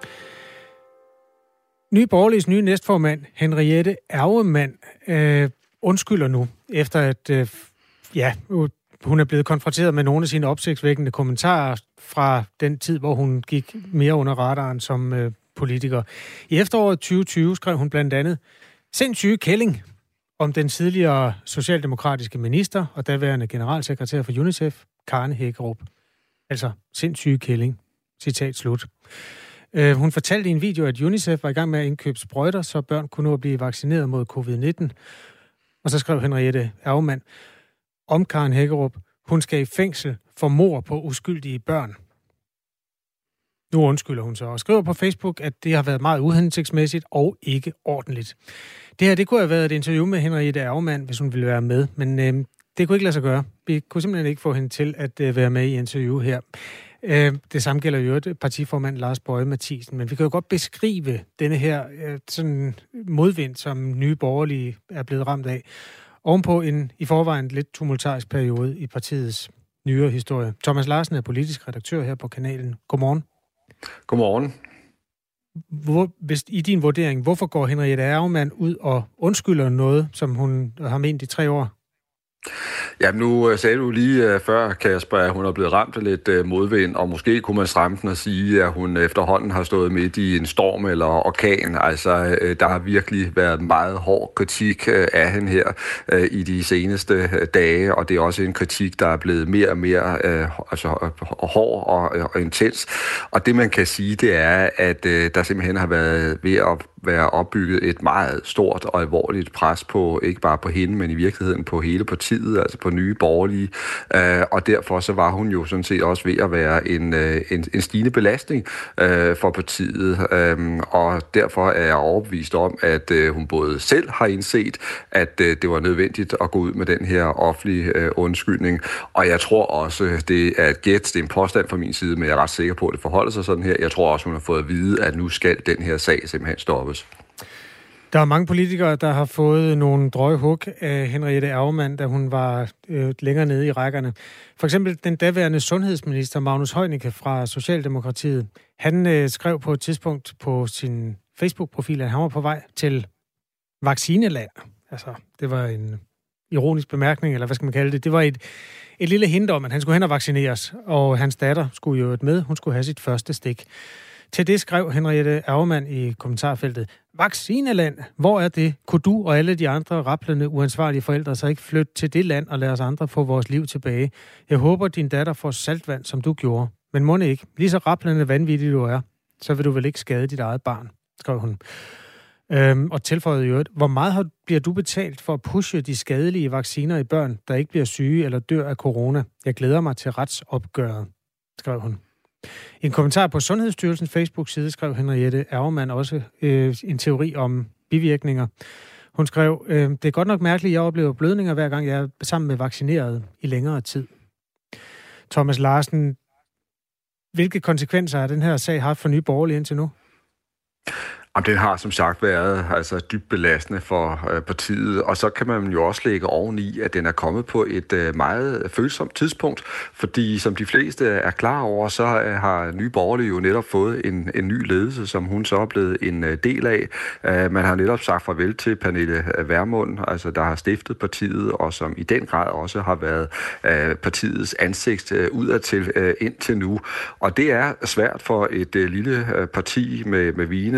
Nye Borgerliges nye næstformand, Henriette Auemann, øh, undskylder nu, efter at øh, ja, hun er blevet konfronteret med nogle af sine opsigtsvækkende kommentarer fra den tid, hvor hun gik mere under radaren som øh, politiker. I efteråret tyve tyve skrev hun blandt andet sindssyge kælling om den tidligere socialdemokratiske minister og daværende generalsekretær for UNICEF, Karen Hækkerup. Altså sindssyge kælling. Citat slut. Øh, hun fortalte i en video, at UNICEF var i gang med at indkøbe sprøjter, så børn kunne nå at blive vaccineret mod covid nitten. Og så skrev Henriette Auemann om Karen Hækkerup: hun skal i fængsel for mord på uskyldige børn. Nu undskylder hun så og skriver på Facebook, at det har været meget uhensigtsmæssigt og ikke ordentligt. Det her, det kunne have været et interview med Henriette Auemann, hvis hun ville være med, men øh, det kunne ikke lade sig gøre. Vi kunne simpelthen ikke få hende til at øh, være med i interview her. Øh, det samme gælder jo partiformand Lars Boje Mathiesen, men vi kan jo godt beskrive denne her øh, sådan modvind, som Nye Borgerlige er blevet ramt af, ovenpå en i forvejen lidt tumultarisk periode i partiets nyere historie. Thomas Larsen er politisk redaktør her på kanalen. Godmorgen. Godmorgen. Hvor, hvis, i din vurdering, hvorfor går Henriette Auemann ud og undskylder noget, som hun har ment i tre år? Jamen nu sagde du lige før, Kasper, at hun er blevet ramt af lidt modvind, og måske kunne man stramme den og sige, at hun efterhånden har stået midt i en storm eller orkan. Altså, der har virkelig været meget hård kritik af hende her i de seneste dage, og det er også en kritik, der er blevet mere og mere altså, hård og, og intens. Og det man kan sige, det er, at der simpelthen har været ved at være opbygget et meget stort og alvorligt pres på, ikke bare på hende, men i virkeligheden på hele partiet, altså på Nye Borgerlige. Øh, og derfor så var hun jo sådan set også ved at være en, en, en stigende belastning øh, for partiet. Øh, og derfor er jeg overbevist om, at øh, hun både selv har indset, at øh, det var nødvendigt at gå ud med den her offentlige øh, undskyldning. Og jeg tror også, det er et gæt, det er en påstand fra min side, men jeg er ret sikker på, at det forholder sig sådan her. Jeg tror også, hun har fået at vide, at nu skal den her sag simpelthen stoppes. Der er mange politikere, der har fået nogle drøje hug af Henriette Auemann, da hun var øh, længere nede i rækkerne. For eksempel den daværende sundhedsminister Magnus Heunicke fra Socialdemokratiet. Han øh, skrev på et tidspunkt på sin Facebook-profil, at han var på vej til vaccineland. Altså, det var en ironisk bemærkning, eller hvad skal man kalde det. Det var et, et lille hint om, at han skulle hen og vaccineres, og hans datter skulle jo med. Hun skulle have sit første stik. Til det skrev Henriette Auemann i kommentarfeltet: vaccineland, hvor er det? Kunne du og alle de andre raplende uansvarlige forældre så ikke flytte til det land og lade os andre få vores liv tilbage? Jeg håber, din datter får saltvand, som du gjorde. Men må ikke. Lige så raplende vanvittig du er, så vil du vel ikke skade dit eget barn, skrev hun. Øhm, og tilføjede jo, hvor meget har, bliver du betalt for at pushe de skadelige vacciner i børn, der ikke bliver syge eller dør af corona? Jeg glæder mig til retsopgøret, skrev hun. I en kommentar på Sundhedsstyrelsens Facebook-side skrev Henriette Auemann også øh, en teori om bivirkninger. Hun skrev, øh, det er godt nok mærkeligt, at jeg oplever blødninger hver gang jeg er sammen med vaccineret i længere tid. Thomas Larsen, hvilke konsekvenser har den her sag haft for Nye Borgerlige indtil nu? Og den har som sagt været altså, dybt belastende for øh, partiet, og så kan man jo også lægge oveni, at den er kommet på et øh, meget følsomt tidspunkt, fordi som de fleste er klar over, så øh, har Nye Borgerlige jo netop fået en, en ny ledelse, som hun så er blevet en øh, del af. Uh, man har netop sagt farvel til Pernille Vermund, altså der har stiftet partiet, og som i den grad også har været øh, partiets ansigt øh, udadtil øh, indtil nu. Og det er svært for et øh, lille øh, parti med, med vigende øh,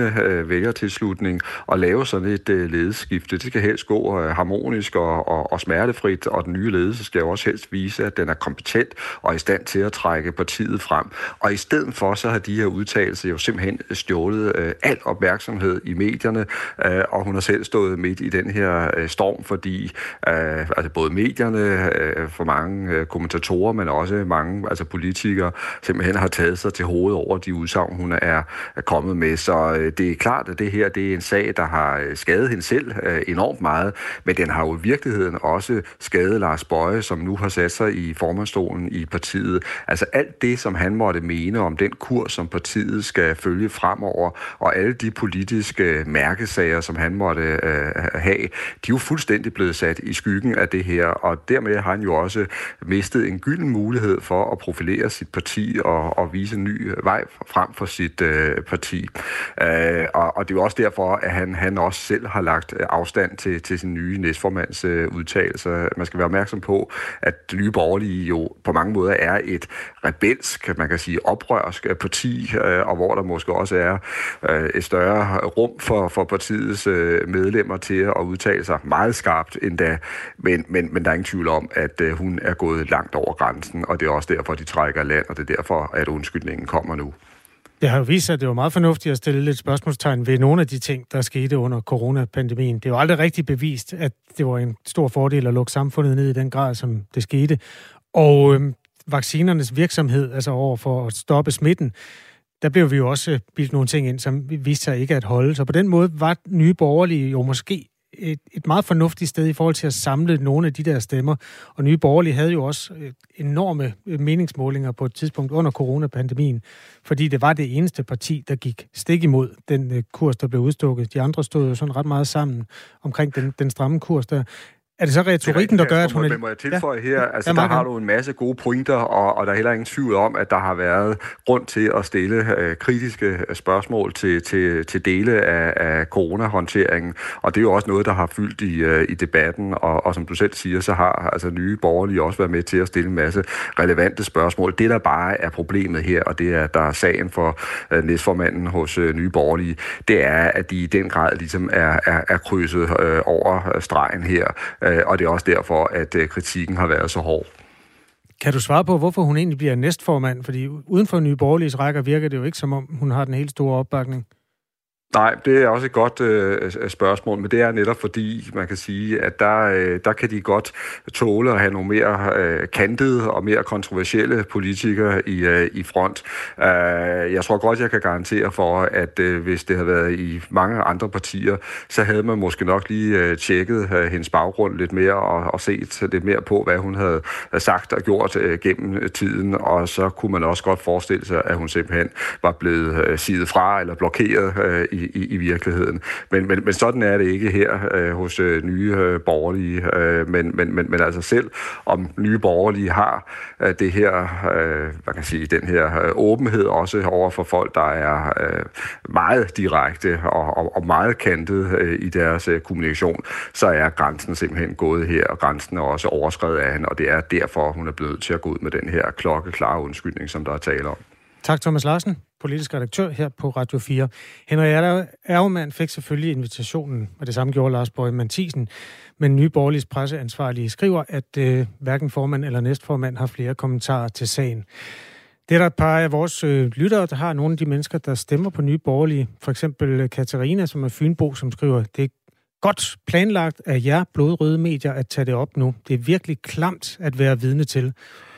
øh, vælgertilslutning og lave sådan et øh, ledelseskifte. Det skal helst gå øh, harmonisk og, og, og smertefrit, og den nye ledelse skal jo også helst vise, at den er kompetent og i stand til at trække partiet frem. Og i stedet for, så har de her udtalelser jo simpelthen stjålet øh, al opmærksomhed i medierne, øh, og hun har selv stået midt i den her øh, storm, fordi øh, altså både medierne, øh, for mange øh, kommentatorer, men også mange altså politikere, simpelthen har taget sig til hovedet over de udsagn, hun er, er kommet med. Så øh, det er klart, at det her det er en sag, der har skadet hende selv øh, enormt meget, men den har jo i virkeligheden også skadet Lars Boje, som nu har sat sig i formandsstolen i partiet. Altså alt det, som han måtte mene om den kurs, som partiet skal følge fremover, og alle de politiske mærkesager, som han måtte øh, have, de er jo fuldstændig blevet sat i skyggen af det her, og dermed har han jo også mistet en gylden mulighed for at profilere sit parti og, og vise en ny vej frem for sit øh, parti. Øh, og, og det er jo også derfor, at han, han også selv har lagt afstand til, til sin nye næstformands øh, udtalelser. Man skal være opmærksom på, at det Nye Borgerlige jo på mange måder er et rebelsk, man kan sige oprørsk parti, øh, og hvor der måske også er øh, et større rum for, for partiets øh, medlemmer til at udtale sig meget skarpt endda. Men, men, men der er ingen tvivl om, at øh, hun er gået langt over grænsen, og det er også derfor, de trækker land, og det er derfor, at undskyldningen kommer nu. Det har jo vist sig, at det var meget fornuftigt at stille lidt spørgsmålstegn ved nogle af de ting, der skete under coronapandemien. Det er jo aldrig rigtig bevist, at det var en stor fordel at lukke samfundet ned i den grad, som det skete. Og øhm, vaccinernes virksomhed, altså over for at stoppe smitten, der blev vi jo også bildt nogle ting ind, som viste sig ikke at holde. Så på den måde var Nye Borgerlige jo måske et, et meget fornuftigt sted i forhold til at samle nogle af de der stemmer. Og Nye Borgerlige havde jo også enorme meningsmålinger på et tidspunkt under coronapandemien, fordi det var det eneste parti, der gik stik imod den kurs, der blev udstukket. De andre stod jo sådan ret meget sammen omkring den, den stramme kurs der. Er det så retorikken, der gør, at hun er... Men må jeg tilføje ja. her? Altså, der har du en masse gode pointer, og, og der er heller ingen tvivl om, at der har været grund til at stille øh, kritiske spørgsmål til, til, til dele af, af coronahåndteringen, og det er jo også noget, der har fyldt i, øh, i debatten, og, og som du selv siger, så har altså Nye Borgerlige også været med til at stille en masse relevante spørgsmål. Det, der bare er problemet her, og det er, der er sagen for øh, næstformanden hos øh, Nye Borgerlige, det er, at de i den grad ligesom er, er, er krydset øh, over stregen her. Og det er også derfor, at kritikken har været så hård. Kan du svare på, hvorfor hun egentlig bliver næstformand? Fordi uden for Nye Borgerliges rækker virker det jo ikke, som om hun har den helt store opbakning. Nej, det er også et godt øh, spørgsmål, men det er netop fordi, man kan sige, at der, øh, der kan de godt tåle at have nogle mere øh, kantede og mere kontroversielle politikere i, øh, i front. Uh, jeg tror godt, jeg kan garantere for, at øh, hvis det havde været i mange andre partier, så havde man måske nok lige øh, tjekket øh, hendes baggrund lidt mere og, og set lidt mere på, hvad hun havde sagt og gjort øh, gennem tiden, og så kunne man også godt forestille sig, at hun simpelthen var blevet øh, sidet fra eller blokeret øh, i I, i virkeligheden. Men, men, men sådan er det ikke her øh, hos øh, Nye øh, Borgerlige. Øh, men, men, men, men altså selv om Nye Borgerlige har øh, det her, øh, hvad kan jeg sige, den her øh, åbenhed også over for folk, der er øh, meget direkte og, og, og meget kantet øh, i deres øh, kommunikation, så er grænsen simpelthen gået her, og grænsen er også overskredet af hende, og det er derfor, hun er blevet til at gå ud med den her klokkeklare undskyldning, som der er tale om. Tak, Thomas Larsen, politisk redaktør her på Radio fire. Henriette Auermann fik selvfølgelig invitationen, og det samme gjorde Lars Boje Mathiesen, men Nye Borgerliges presseansvarlige skriver, at øh, hverken formand eller næstformand har flere kommentarer til sagen. Det er der et par af vores øh, lyttere, der har nogle af de mennesker, der stemmer på Nye Borgerlige. For eksempel Katarina, som er fynbo, som skriver, det er godt planlagt af jer blodrøde medier at tage det op nu. Det er virkelig klamt at være vidne til.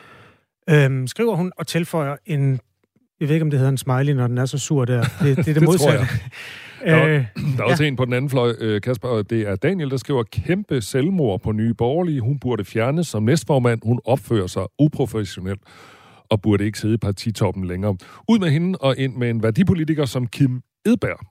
Øhm, skriver hun og tilføjer en... Jeg ved ikke, om det hedder en smiley, når den er så sur der. Det, det er det, det modsatte. Der er, øh, der er også ja. en på den anden fløj, Kasper, og det er Daniel, der skriver, kæmpe selvmord på Nye Borgerlige. Hun burde fjernes som næstformand. Hun opfører sig uprofessionelt og burde ikke sidde i partitoppen længere. Ud med hende og ind med en værdipolitiker som Kim Edberg.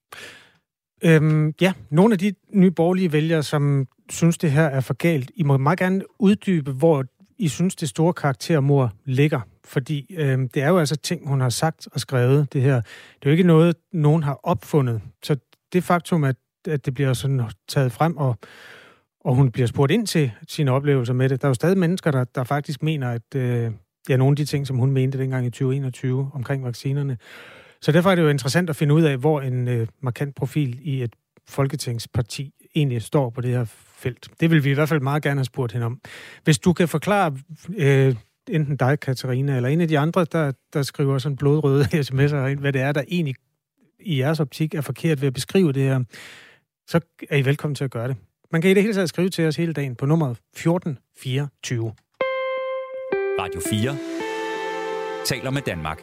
Øhm, ja, nogle af de Nye Borgerlige vælgere, som synes, det her er for galt, I må meget gerne uddybe, hvor I synes, det store karaktermord ligger. Fordi øh, det er jo altså ting, hun har sagt og skrevet, det her. Det er jo ikke noget, nogen har opfundet. Så det faktum, at, at det bliver sådan taget frem, og, og hun bliver spurgt ind til sine oplevelser med det. Der er jo stadig mennesker, der, der faktisk mener, at øh, ja, nogle af de ting, som hun mente dengang i tyve enogtyve omkring vaccinerne, Så derfor er det jo interessant at finde ud af, hvor en øh, markant profil i et folketingsparti egentlig står på det her felt. Det vil vi i hvert fald meget gerne have spurgt hende om. Hvis du kan forklare øh, enten dig, Katarina, eller en af de andre, der, der skriver sådan blodrøde sms'er ind, hvad det er, der egentlig i jeres optik er forkert ved at beskrive det her, så er I velkommen til at gøre det. Man kan i det hele taget skrive til os hele dagen på nummer fjorten fireogtyve. Radio fire taler med Danmark.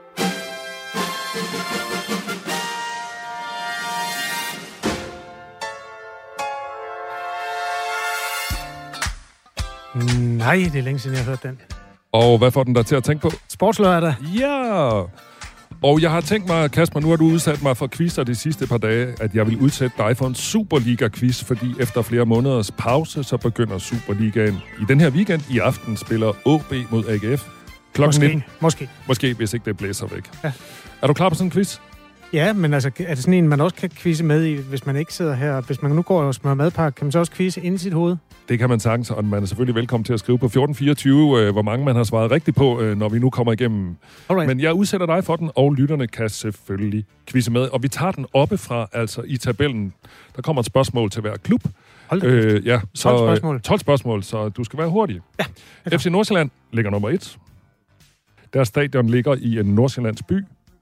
Nej, det er længe siden, jeg har hørt den. Og hvad får den der til at tænke på? Sportslørdag. Ja! Og jeg har tænkt mig, Kasper, nu har du udsat mig for quizzer de sidste par dage, at jeg vil udsætte dig for en Superliga-quiz, fordi efter flere måneders pause, så begynder Superligaen i den her weekend. I aften spiller O B mod A G F. Klokken Måske. nitten. Måske. Måske, hvis ikke det blæser væk. Ja. Er du klar på sådan en quiz? Ja, men altså, er det sådan en, man også kan quizze med i, hvis man ikke sidder her? Hvis man nu går og smører madpakke, kan man så også quizze inde i sit hoved? Det kan man sagtens, og man er selvfølgelig velkommen til at skrive på fjorten fireogtyve, øh, hvor mange man har svaret rigtigt på, øh, når vi nu kommer igennem. Alright. Men jeg udsætter dig for den, og lytterne kan selvfølgelig quizze med. Og vi tager den oppefra, altså i tabellen. Der kommer et spørgsmål til hver klub. Hold da. Øh, ja, så, tolv spørgsmål. tolv spørgsmål, så du skal være hurtig. Ja. F C Nordsjælland ligger nummer et. Deres stadion ligger i en nordsjællands by.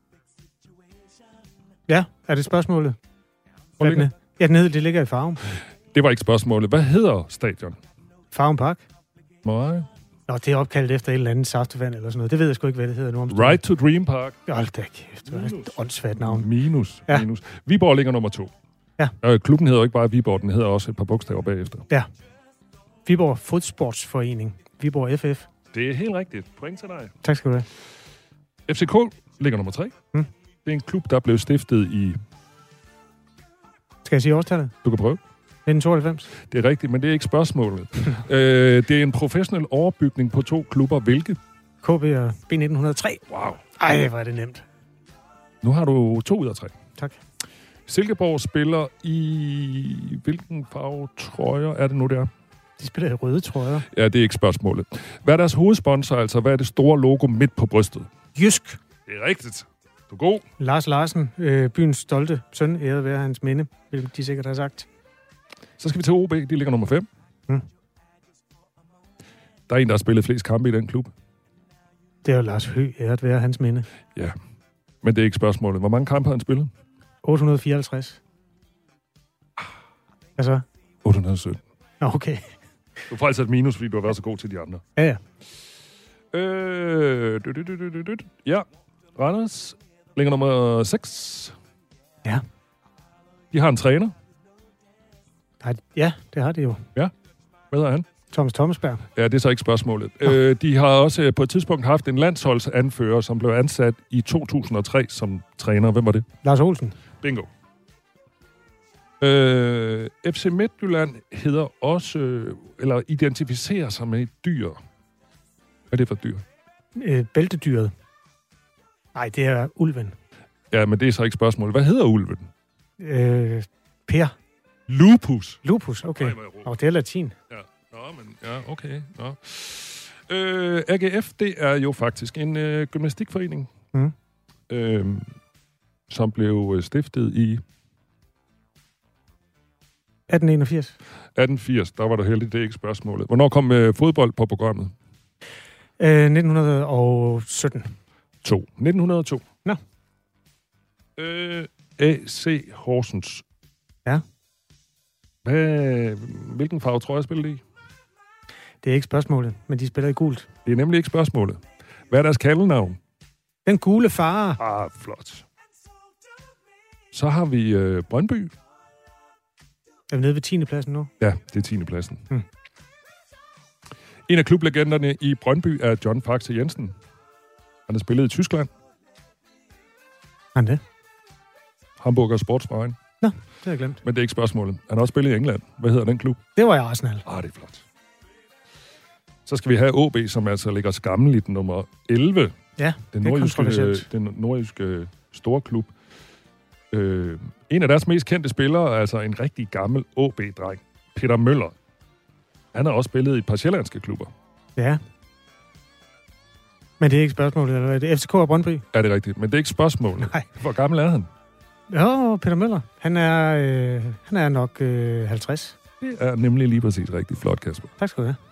Ja, er det spørgsmålet? Hvor ligger? Ja, den hedder, det ligger i Farum. Det var ikke spørgsmålet. Hvad hedder stadion? Farum Park. Nej. Nå, det er opkaldt efter et eller andet saftevand eller sådan noget. Det ved jeg sgu ikke, hvad det hedder nu om Right to Dream Park. Hold da kæft, det er et åndssvagt navn. Minus. Ja. Minus. Viborg ligger nummer to. Ja. Øh, klubben hedder jo ikke bare Viborg, den hedder også et par bogstaver bagefter. Ja. Viborg Fodsportsforening. Viborg F F. Det er helt rigtigt. Point til dig. Tak skal du have. F C K ligger nummer tre. Mm. Det er en klub, der blev stiftet i... Skal jeg sige årstallet? Du kan prøve. nitten tooghalvfems. Det er rigtigt, men det er ikke spørgsmålet. øh, det er en professionel overbygning på to klubber. Hvilke? K B og B nitten hundrede og tre. Wow. Ej, hvor er det nemt. Nu har du to ud af tre. Tak. Silkeborg spiller i... Hvilken farve trøjer er det nu, der? De spiller i røde trøjer. Ja, det er ikke spørgsmålet. Hvad er deres hovedsponsor, altså? Hvad er det store logo midt på brystet? Jysk. Det er rigtigt. Du er god. Lars Larsen, øh, byens stolte søn, æret være hans minde, hvilket de sikkert har sagt. Så skal vi til O B. De ligger nummer fem. Mm. Der er en, der har spillet flest kampe i den klub. Det er jo Lars Høgh, æret være hans minde. Ja, men det er ikke spørgsmålet. Hvor mange kampe har han spillet? otte hundrede og fireoghalvtreds. Hvad så? otte hundrede og sytten. Nå, okay. Du får altså et minus, fordi du har været så god til de andre. Ja, ja. Øh, du, du, du, du, du. Ja, Randers ligger nummer seks. Ja. De har en træner. Nej, ja, det har de jo. Ja, hvad hedder han? Thomas Thomasberg. Ja, det er så ikke spørgsmålet. Øh, de har også på et tidspunkt haft en landsholdsanfører, som blev ansat i to tusind og tre som træner. Hvem var det? Lars Olsen. Bingo. Øh, F C Midtjylland hedder også, øh, eller identificerer sig med et dyr. Hvad er det for et dyr? Øh, bæltedyret. Nej, det er ulven. Ja, men det er så ikke spørgsmålet. Hvad hedder ulven? Øh, Per. Lupus. Lupus, okay. Nej, hvor er jeg råd. Og det er latin. Ja, nå, men ja, okay. Nå. Øh, A G F, det er jo faktisk en øh, gymnastikforening, Mm. øh, som blev stiftet i atten enogfirs. atten firs. Der var der heldigt, det er ikke spørgsmålet. Hvornår kom øh, fodbold på programmet? Øh, nitten sytten. to. nitten hundrede og to. Nå. Øh, A C Horsens. Ja. Hvad, hvilken farve tror jeg spiller de i? Det er ikke spørgsmålet, men de spiller i gult. Det er nemlig ikke spørgsmålet. Hvad er deres kaldenavn? Den gule far. Ah, flot. Så har vi øh, Brøndby. Er vi nede ved tiende pladsen nu? Ja, det er tiende pladsen. Hmm. En af klublegenderne i Brøndby er John Faxe Jensen. Han har spillet i Tyskland. Han det? Hamburger Sportsverein. Nå, det har jeg glemt. Men det er ikke spørgsmålet. Han har også spillet i England. Hvad hedder den klub? Det var i Arsenal. Ah, det er flot. Så skal vi have O B, som altså ligger skammeligt nummer elleve. Ja, den det er kontroversielt. Den nordjyske store klub. Øh, en af deres mest kendte spillere er altså en rigtig gammel O B-dreng. Peter Møller. Han har også spillet i et par sjællandske klubber. Ja. Men det er ikke spørgsmålet, eller hvad? Det er F C K og Brøndby? Er det rigtigt? Men det er ikke spørgsmålet. Nej. Hvor gammel er han? Jo, Peter Møller. Han er, øh, han er nok øh, halvtreds. Det er nemlig lige præcis rigtig flot, Kasper. Tak skal du have.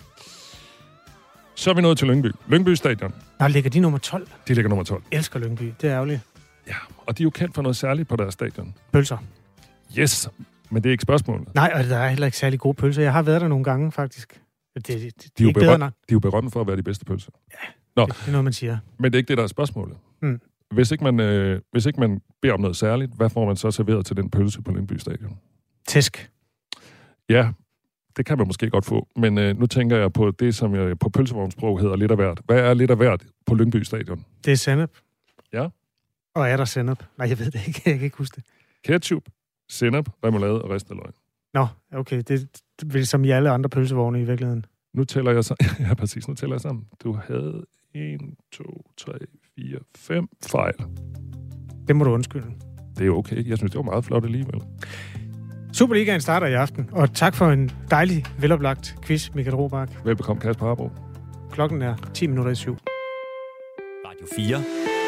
Så er vi nået til Lyngby. Lyngby Stadion. Nå, ligger de nummer tolv? De ligger nummer tolv. Jeg elsker Lyngby. Det er ærgerligt. Ja, og de er jo kendt for noget særligt på deres stadion. Pølser. Yes, men det er ikke spørgsmålet. Nej, og der er heller ikke særlig gode pølser. Jeg har været der nogle gange, faktisk. Det, det, det, de, er ikke berøm, de er jo berømte for at være de bedste pølser. Ja, Nå. Det, det er noget, man siger. Men det er ikke det, der er spørgsmålet. Mm. Hvis, ikke man, øh, hvis ikke man beder om noget særligt, hvad får man så serveret til den pølse på Lyngby Stadion? Tæsk. Ja, det kan man måske godt få. Men øh, nu tænker jeg på det, som jeg på pølsevognssprog hedder lidt af hvert. Hvad er lidt af hvert på Lyngby Stadion? Det er sennep. Ja. Og er der sennep? Nej, jeg ved det ikke. Jeg kan ikke huske det. Ketchup, sennep, remoulade og ristet løg. Nå, okay. Det er som i alle andre pølsevogne i virkeligheden. Nu tæller jeg sammen. Ja, præcis. Nu tæller jeg sammen. Du havde en, to, tre, fire, fem fejl. Det må du undskylde. Det er jo okay. Jeg synes, det var meget flot alligevel. Superligaen starter i aften, og tak for en dejlig, veloplagt quiz, Michael Robach. Velbekomme, Kasper Harbo. Klokken er ti minutter i syv. Radio fire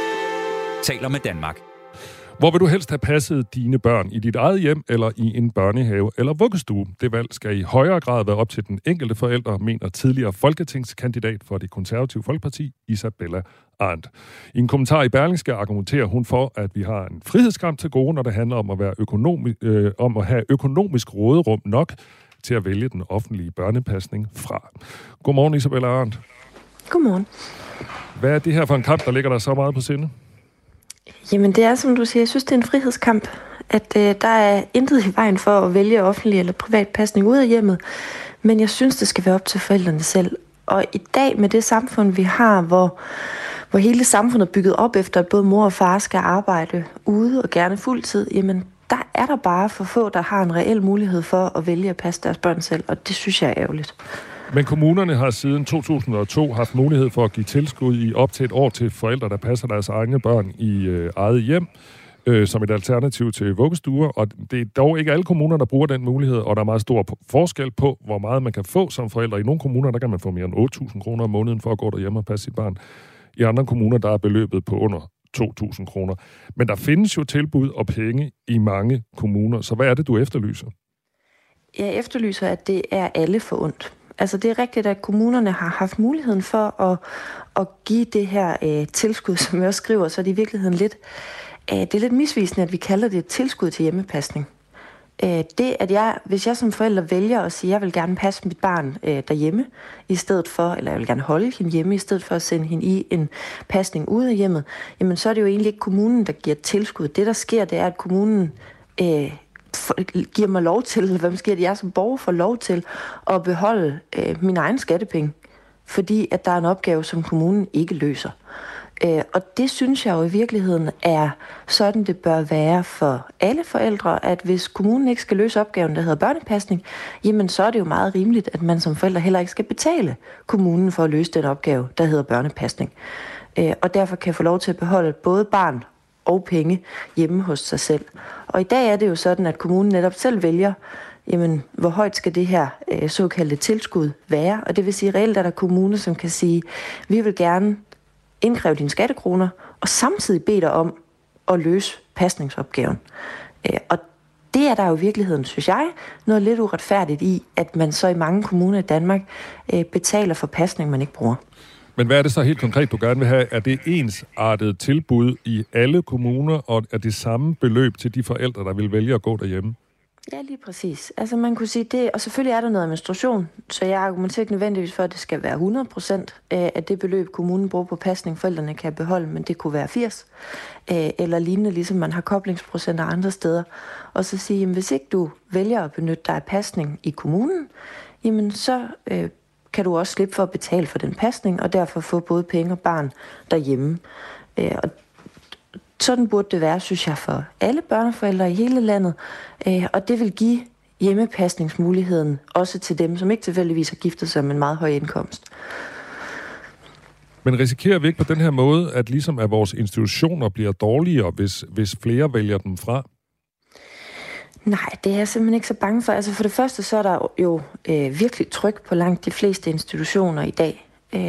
taler med Danmark. Hvor vil du helst have passet dine børn? I dit eget hjem, eller i en børnehave eller vuggestue? Det valg skal i højere grad være op til den enkelte forælder, mener tidligere folketingskandidat for Det Konservative Folkeparti, Isabella Arendt. I en kommentar i Berlingske argumenterer hun for, at vi har en frihedskamp til gode, når det handler om at, være økonomi- øh, om at have økonomisk råderum nok til at vælge den offentlige børnepasning fra. Godmorgen, Isabella Arendt. Godmorgen. Hvad er det her for en kamp, der ligger der så meget på sinde? Jamen det er, som du siger, jeg synes, det er en frihedskamp. At øh, der er intet i vejen for at vælge offentlig eller privat pasning ud af hjemmet. Men jeg synes, det skal være op til forældrene selv. Og i dag med det samfund, vi har, hvor, hvor hele samfundet er bygget op efter, at både mor og far skal arbejde ude og gerne fuldtid, jamen der er der bare for få, der har en reel mulighed for at vælge at passe deres børn selv. Og det synes jeg er ærgerligt. Men kommunerne har siden to tusind og to haft mulighed for at give tilskud i op til et år til forældre, der passer deres egne børn i øh, eget hjem, øh, som et alternativ til vuggestuer. Og det er dog ikke alle kommuner, der bruger den mulighed, og der er meget stor forskel på, hvor meget man kan få som forældre. I nogle kommuner, der kan man få mere end otte tusind kroner om måneden for at gå derhjemme og passe sit barn. I andre kommuner, der er beløbet på under to tusind kroner. Men der findes jo tilbud og penge i mange kommuner. Så hvad er det, du efterlyser? Jeg efterlyser, at det er alle forundt. Altså det er rigtigt, at kommunerne har haft muligheden for at, at give det her øh, tilskud, som jeg også skriver, så er det i virkeligheden lidt, øh, det er lidt misvisende, at vi kalder det et tilskud til hjemmepasning. Øh, det, at jeg, hvis jeg som forælder vælger at sige, at jeg vil gerne passe mit barn øh, derhjemme, i stedet for, eller jeg vil gerne holde hende hjemme, i stedet for at sende hende i en pasning ud af hjemmet, jamen så er det jo egentlig ikke kommunen, der giver tilskud. Det, der sker, det er, at kommunen Øh, giver mig lov til, eller hvad måske at jeg som borger får lov til at beholde øh, min egen skattepenge, fordi at der er en opgave, som kommunen ikke løser. Øh, og det synes jeg jo i virkeligheden er sådan, det bør være for alle forældre, at hvis kommunen ikke skal løse opgaven, der hedder børnepasning, jamen så er det jo meget rimeligt, at man som forælder heller ikke skal betale kommunen for at løse den opgave, der hedder børnepasning. Øh, og derfor kan jeg få lov til at beholde både barn og penge hjemme hos sig selv. Og i dag er det jo sådan, at kommunen netop selv vælger, jamen, hvor højt skal det her øh, såkaldte tilskud være. Og det vil sige, reelt er der kommuner, som kan sige, vi vil gerne indkræve dine skattekroner, og samtidig bede dig om at løse pasningsopgaven. Øh, og det er der jo i virkeligheden, synes jeg, noget lidt uretfærdigt i, at man så i mange kommuner i Danmark øh, betaler for pasning, man ikke bruger. Men hvad er det så helt konkret, du gerne vil have? Er det ensartet tilbud i alle kommuner, og er det samme beløb til de forældre, der vil vælge at gå derhjemme? Ja, lige præcis. Altså man kunne sige det, og selvfølgelig er der noget administration, så jeg argumenterer ikke nødvendigvis for, at det skal være hundrede procent af det beløb, kommunen bruger på pasning, forældrene kan beholde, men det kunne være firs eller lignende, ligesom man har koblingsprocenter andre steder. Og så sige, jamen hvis ikke du vælger at benytte dig af pasning i kommunen, jamen så øh, kan du også slippe for at betale for den pasning, og derfor få både penge og barn derhjemme. Øh, og sådan burde det være, synes jeg, for alle børneforældre i hele landet. Øh, og det vil give hjemmepasningsmuligheden også til dem, som ikke tilfældigvis har giftet sig med en meget høj indkomst. Men risikerer vi ikke på den her måde, at ligesom at vores institutioner bliver dårligere, hvis, hvis flere vælger dem fra? Nej, det er jeg simpelthen ikke så bange for. Altså for det første, så er der jo øh, virkelig tryk på langt de fleste institutioner i dag. Øh,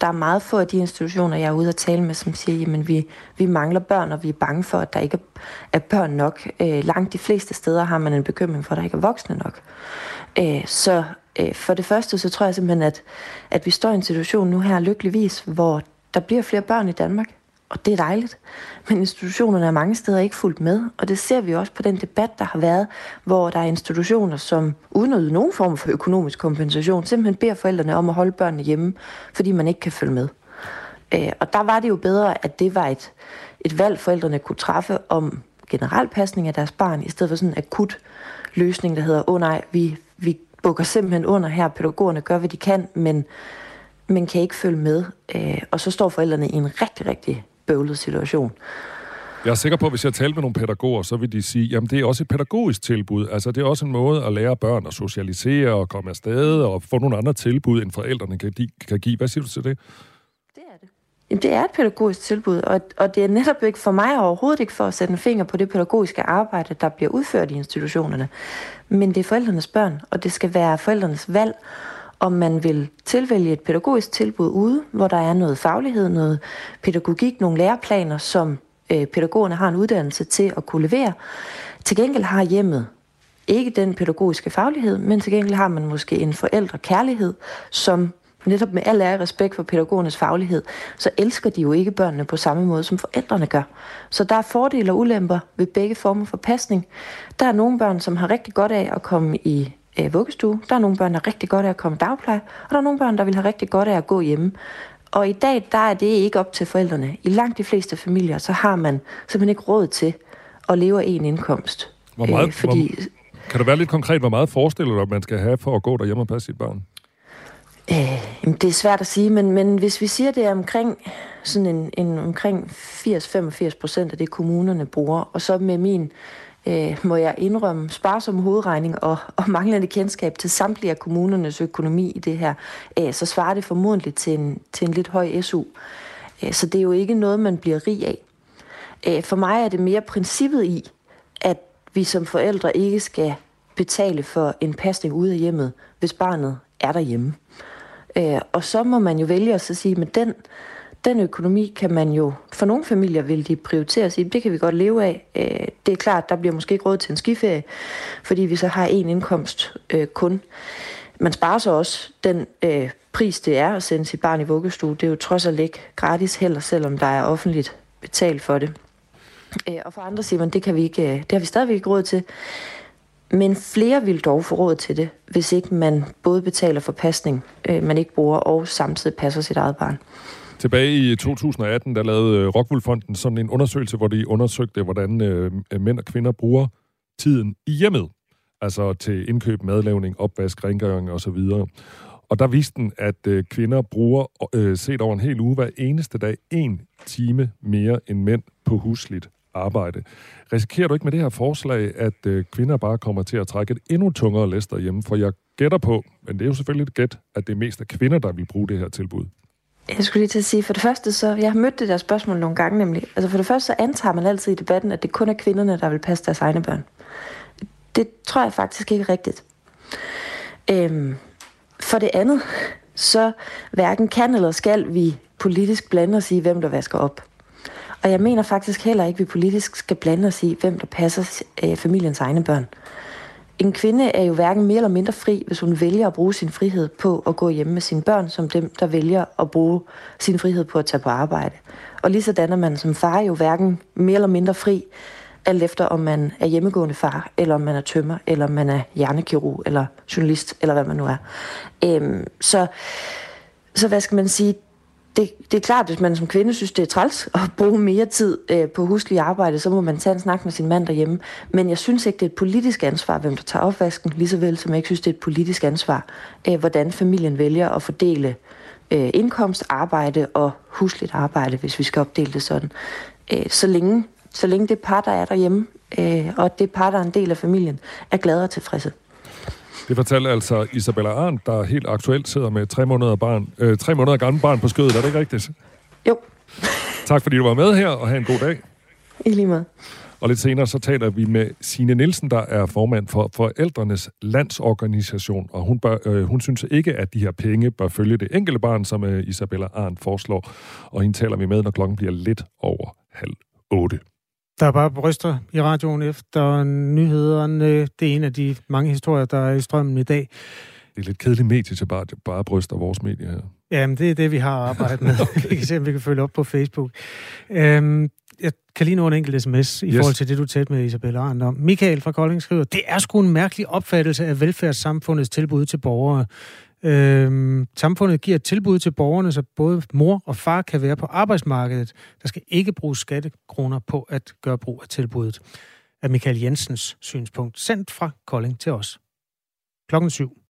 der er meget få af de institutioner, jeg er ude at tale med, som siger, jamen vi, vi mangler børn, og vi er bange for, at der ikke er børn nok. Øh, langt de fleste steder har man en bekymring for, at der ikke er voksne nok. Øh, så øh, for det første, så tror jeg simpelthen, at, at vi står i en situation nu her, lykkeligvis, hvor der bliver flere børn i Danmark. Og det er dejligt. Men institutionerne er mange steder ikke fulgt med. Og det ser vi også på den debat, der har været, hvor der er institutioner, som uden at yde nogen form for økonomisk kompensation, simpelthen beder forældrene om at holde børnene hjemme, fordi man ikke kan følge med. Og der var det jo bedre, at det var et, et valg, forældrene kunne træffe om generel pasning af deres barn, i stedet for sådan en akut løsning, der hedder, åh oh, nej, vi, vi bukker simpelthen under her, pædagogerne gør, hvad de kan, men, men kan ikke følge med. Og så står forældrene i en rigtig, rigtig bøvlet situation. Jeg er sikker på, at hvis jeg taler med nogle pædagoger, så vil de sige, jamen det er også et pædagogisk tilbud. Altså det er også en måde at lære børn at socialisere og komme afsted og få nogle andre tilbud, end forældrene kan, de, kan give. Hvad siger du til det? Det er det. Jamen det er et pædagogisk tilbud, og, og det er netop ikke for mig overhovedet ikke for at sætte en finger på det pædagogiske arbejde, der bliver udført i institutionerne. Men det er forældrenes børn, og det skal være forældrenes valg, om man vil tilvælge et pædagogisk tilbud ude, hvor der er noget faglighed, noget pædagogik, nogle læreplaner, som øh, pædagogerne har en uddannelse til at kunne levere. Til gengæld har hjemmet ikke den pædagogiske faglighed, men til gengæld har man måske en forældrekærlighed, som netop med al ære respekt for pædagogernes faglighed, så elsker de jo ikke børnene på samme måde, som forældrene gør. Så der er fordele og ulemper ved begge former for pasning. Der er nogle børn, som har rigtig godt af at komme i øh, vuggestue. Der er nogle børn, der har rigtig godt af at komme i dagpleje. Og der er nogle børn, der vil have rigtig godt af at gå hjemme. Og i dag, der er det ikke op til forældrene. I langt de fleste familier, så har man simpelthen ikke råd til at leve af en indkomst. Hvor meget, øh, fordi, hvor, kan du være lidt konkret, hvor meget forestiller du, at man skal have for at gå derhjemme og passe sit barn? Øh, det er svært at sige, men, men hvis vi siger, det er omkring, sådan en, en, omkring firs til femogfirs procent af det, kommunerne bruger, og så med min, øh, må jeg indrømme, sparsom hovedregning og, og manglende kendskab til samtlige af kommunernes økonomi i det her, øh, så svarer det formodentligt til en, til en lidt høj S U. Øh, så det er jo ikke noget, man bliver rig af. Øh, for mig er det mere princippet i, at vi som forældre ikke skal betale for en pasning ude af hjemmet, hvis barnet er derhjemme. Øh, og så må man jo vælge at så sige, men den, den økonomi kan man jo, for nogle familier vil de prioritere og sige, det kan vi godt leve af. Øh, det er klart, der bliver måske ikke råd til en skiferie, fordi vi så har én indkomst øh, kun. Man sparer så også den øh, pris, det er at sende sit barn i vuggestue. Det er jo trods alt ikke gratis heller, selvom der er offentligt betalt for det. Øh, og for andre siger man, det kan vi ikke, det har vi stadigvæk ikke råd til. Men flere vil dog få råd til det, hvis ikke man både betaler for pasning, øh, man ikke bruger, og samtidig passer sit eget barn. Tilbage i to tusind og atten, der lavede Rockwool Fonden sådan en undersøgelse, hvor de undersøgte, hvordan øh, mænd og kvinder bruger tiden i hjemmet. Altså til indkøb, madlavning, opvask, rengøring osv. Og der viste den, at øh, kvinder bruger, øh, set over en hel uge, hver eneste dag, en time mere end mænd på husligt arbejde. Risikerer du ikke med det her forslag, at øh, kvinder bare kommer til at trække et endnu tungere læs derhjemme? For jeg gætter på, men det er jo selvfølgelig et gæt, at det er mest af kvinder, der vil bruge det her tilbud. Jeg skulle lige til at sige, for det første, så jeg har mødt det der spørgsmål nogle gange nemlig. Altså for det første, så antager man altid i debatten, at det kun er kvinderne, der vil passe deres egne børn. Det tror jeg faktisk ikke er rigtigt. Øhm, for det andet, så hverken kan eller skal vi politisk blande os i, hvem der vasker op. Og jeg mener faktisk heller ikke, at vi politisk skal blande os i, hvem der passer øh, familiens egne børn. En kvinde er jo hverken mere eller mindre fri, hvis hun vælger at bruge sin frihed på at gå hjemme med sine børn, som dem, der vælger at bruge sin frihed på at tage på arbejde. Og lige sådan er man som far jo hverken mere eller mindre fri, alt efter om man er hjemmegående far, eller om man er tømrer, eller om man er hjernekirurg, eller journalist, eller hvad man nu er. Øhm, så, så hvad skal man sige? Det, det er klart, hvis man som kvinde synes, det er træls at bruge mere tid øh, på huslig arbejde, så må man tage en snak med sin mand derhjemme. Men jeg synes ikke, det er et politisk ansvar, hvem der tager opvasken, lige så vel som jeg ikke synes, det er et politisk ansvar, øh, hvordan familien vælger at fordele øh, indkomst, arbejde og husligt arbejde, hvis vi skal opdele det sådan. Øh, så, længe, så længe det par, der er derhjemme, øh, og det par, der er en del af familien, er glade og tilfredse. Det fortalte altså Isabella Arndt, der helt aktuelt sidder med tre måneder, barn, øh, tre måneder gammel barn på skødet. Er det ikke rigtigt? Jo. Tak fordi du var med her, og have en god dag. I lige måde. Og lidt senere så taler vi med Signe Nielsen, der er formand for Forældrenes Landsorganisation, og hun, bør, øh, hun synes ikke, at de her penge bør følge det enkelte barn, som øh, Isabella Arndt foreslår. Og hende taler vi med, når klokken bliver lidt over halv otte. Der er bare bryster i radioen efter nyhederne. Det er en af de mange historier, der er i strømmen i dag. Det er lidt kedeligt medie til bare, bare bryster vores medier her. Jamen, det er det, vi har arbejdet med. Okay. Vi kan se, om vi kan følge op på Facebook. Øhm, jeg kan lige nå en enkelt sms i yes. forhold til det, du talte med Isabella Arndt om. Michael fra Kolding skriver, det er sgu en mærkelig opfattelse af velfærdssamfundets tilbud til borgere. Øhm, samfundet giver et tilbud til borgerne, så både mor og far kan være på arbejdsmarkedet. Der skal ikke bruges skattekroner på at gøre brug af tilbuddet. Af Michael Jensens synspunkt. Sendt fra Kolding til os. Klokken syv.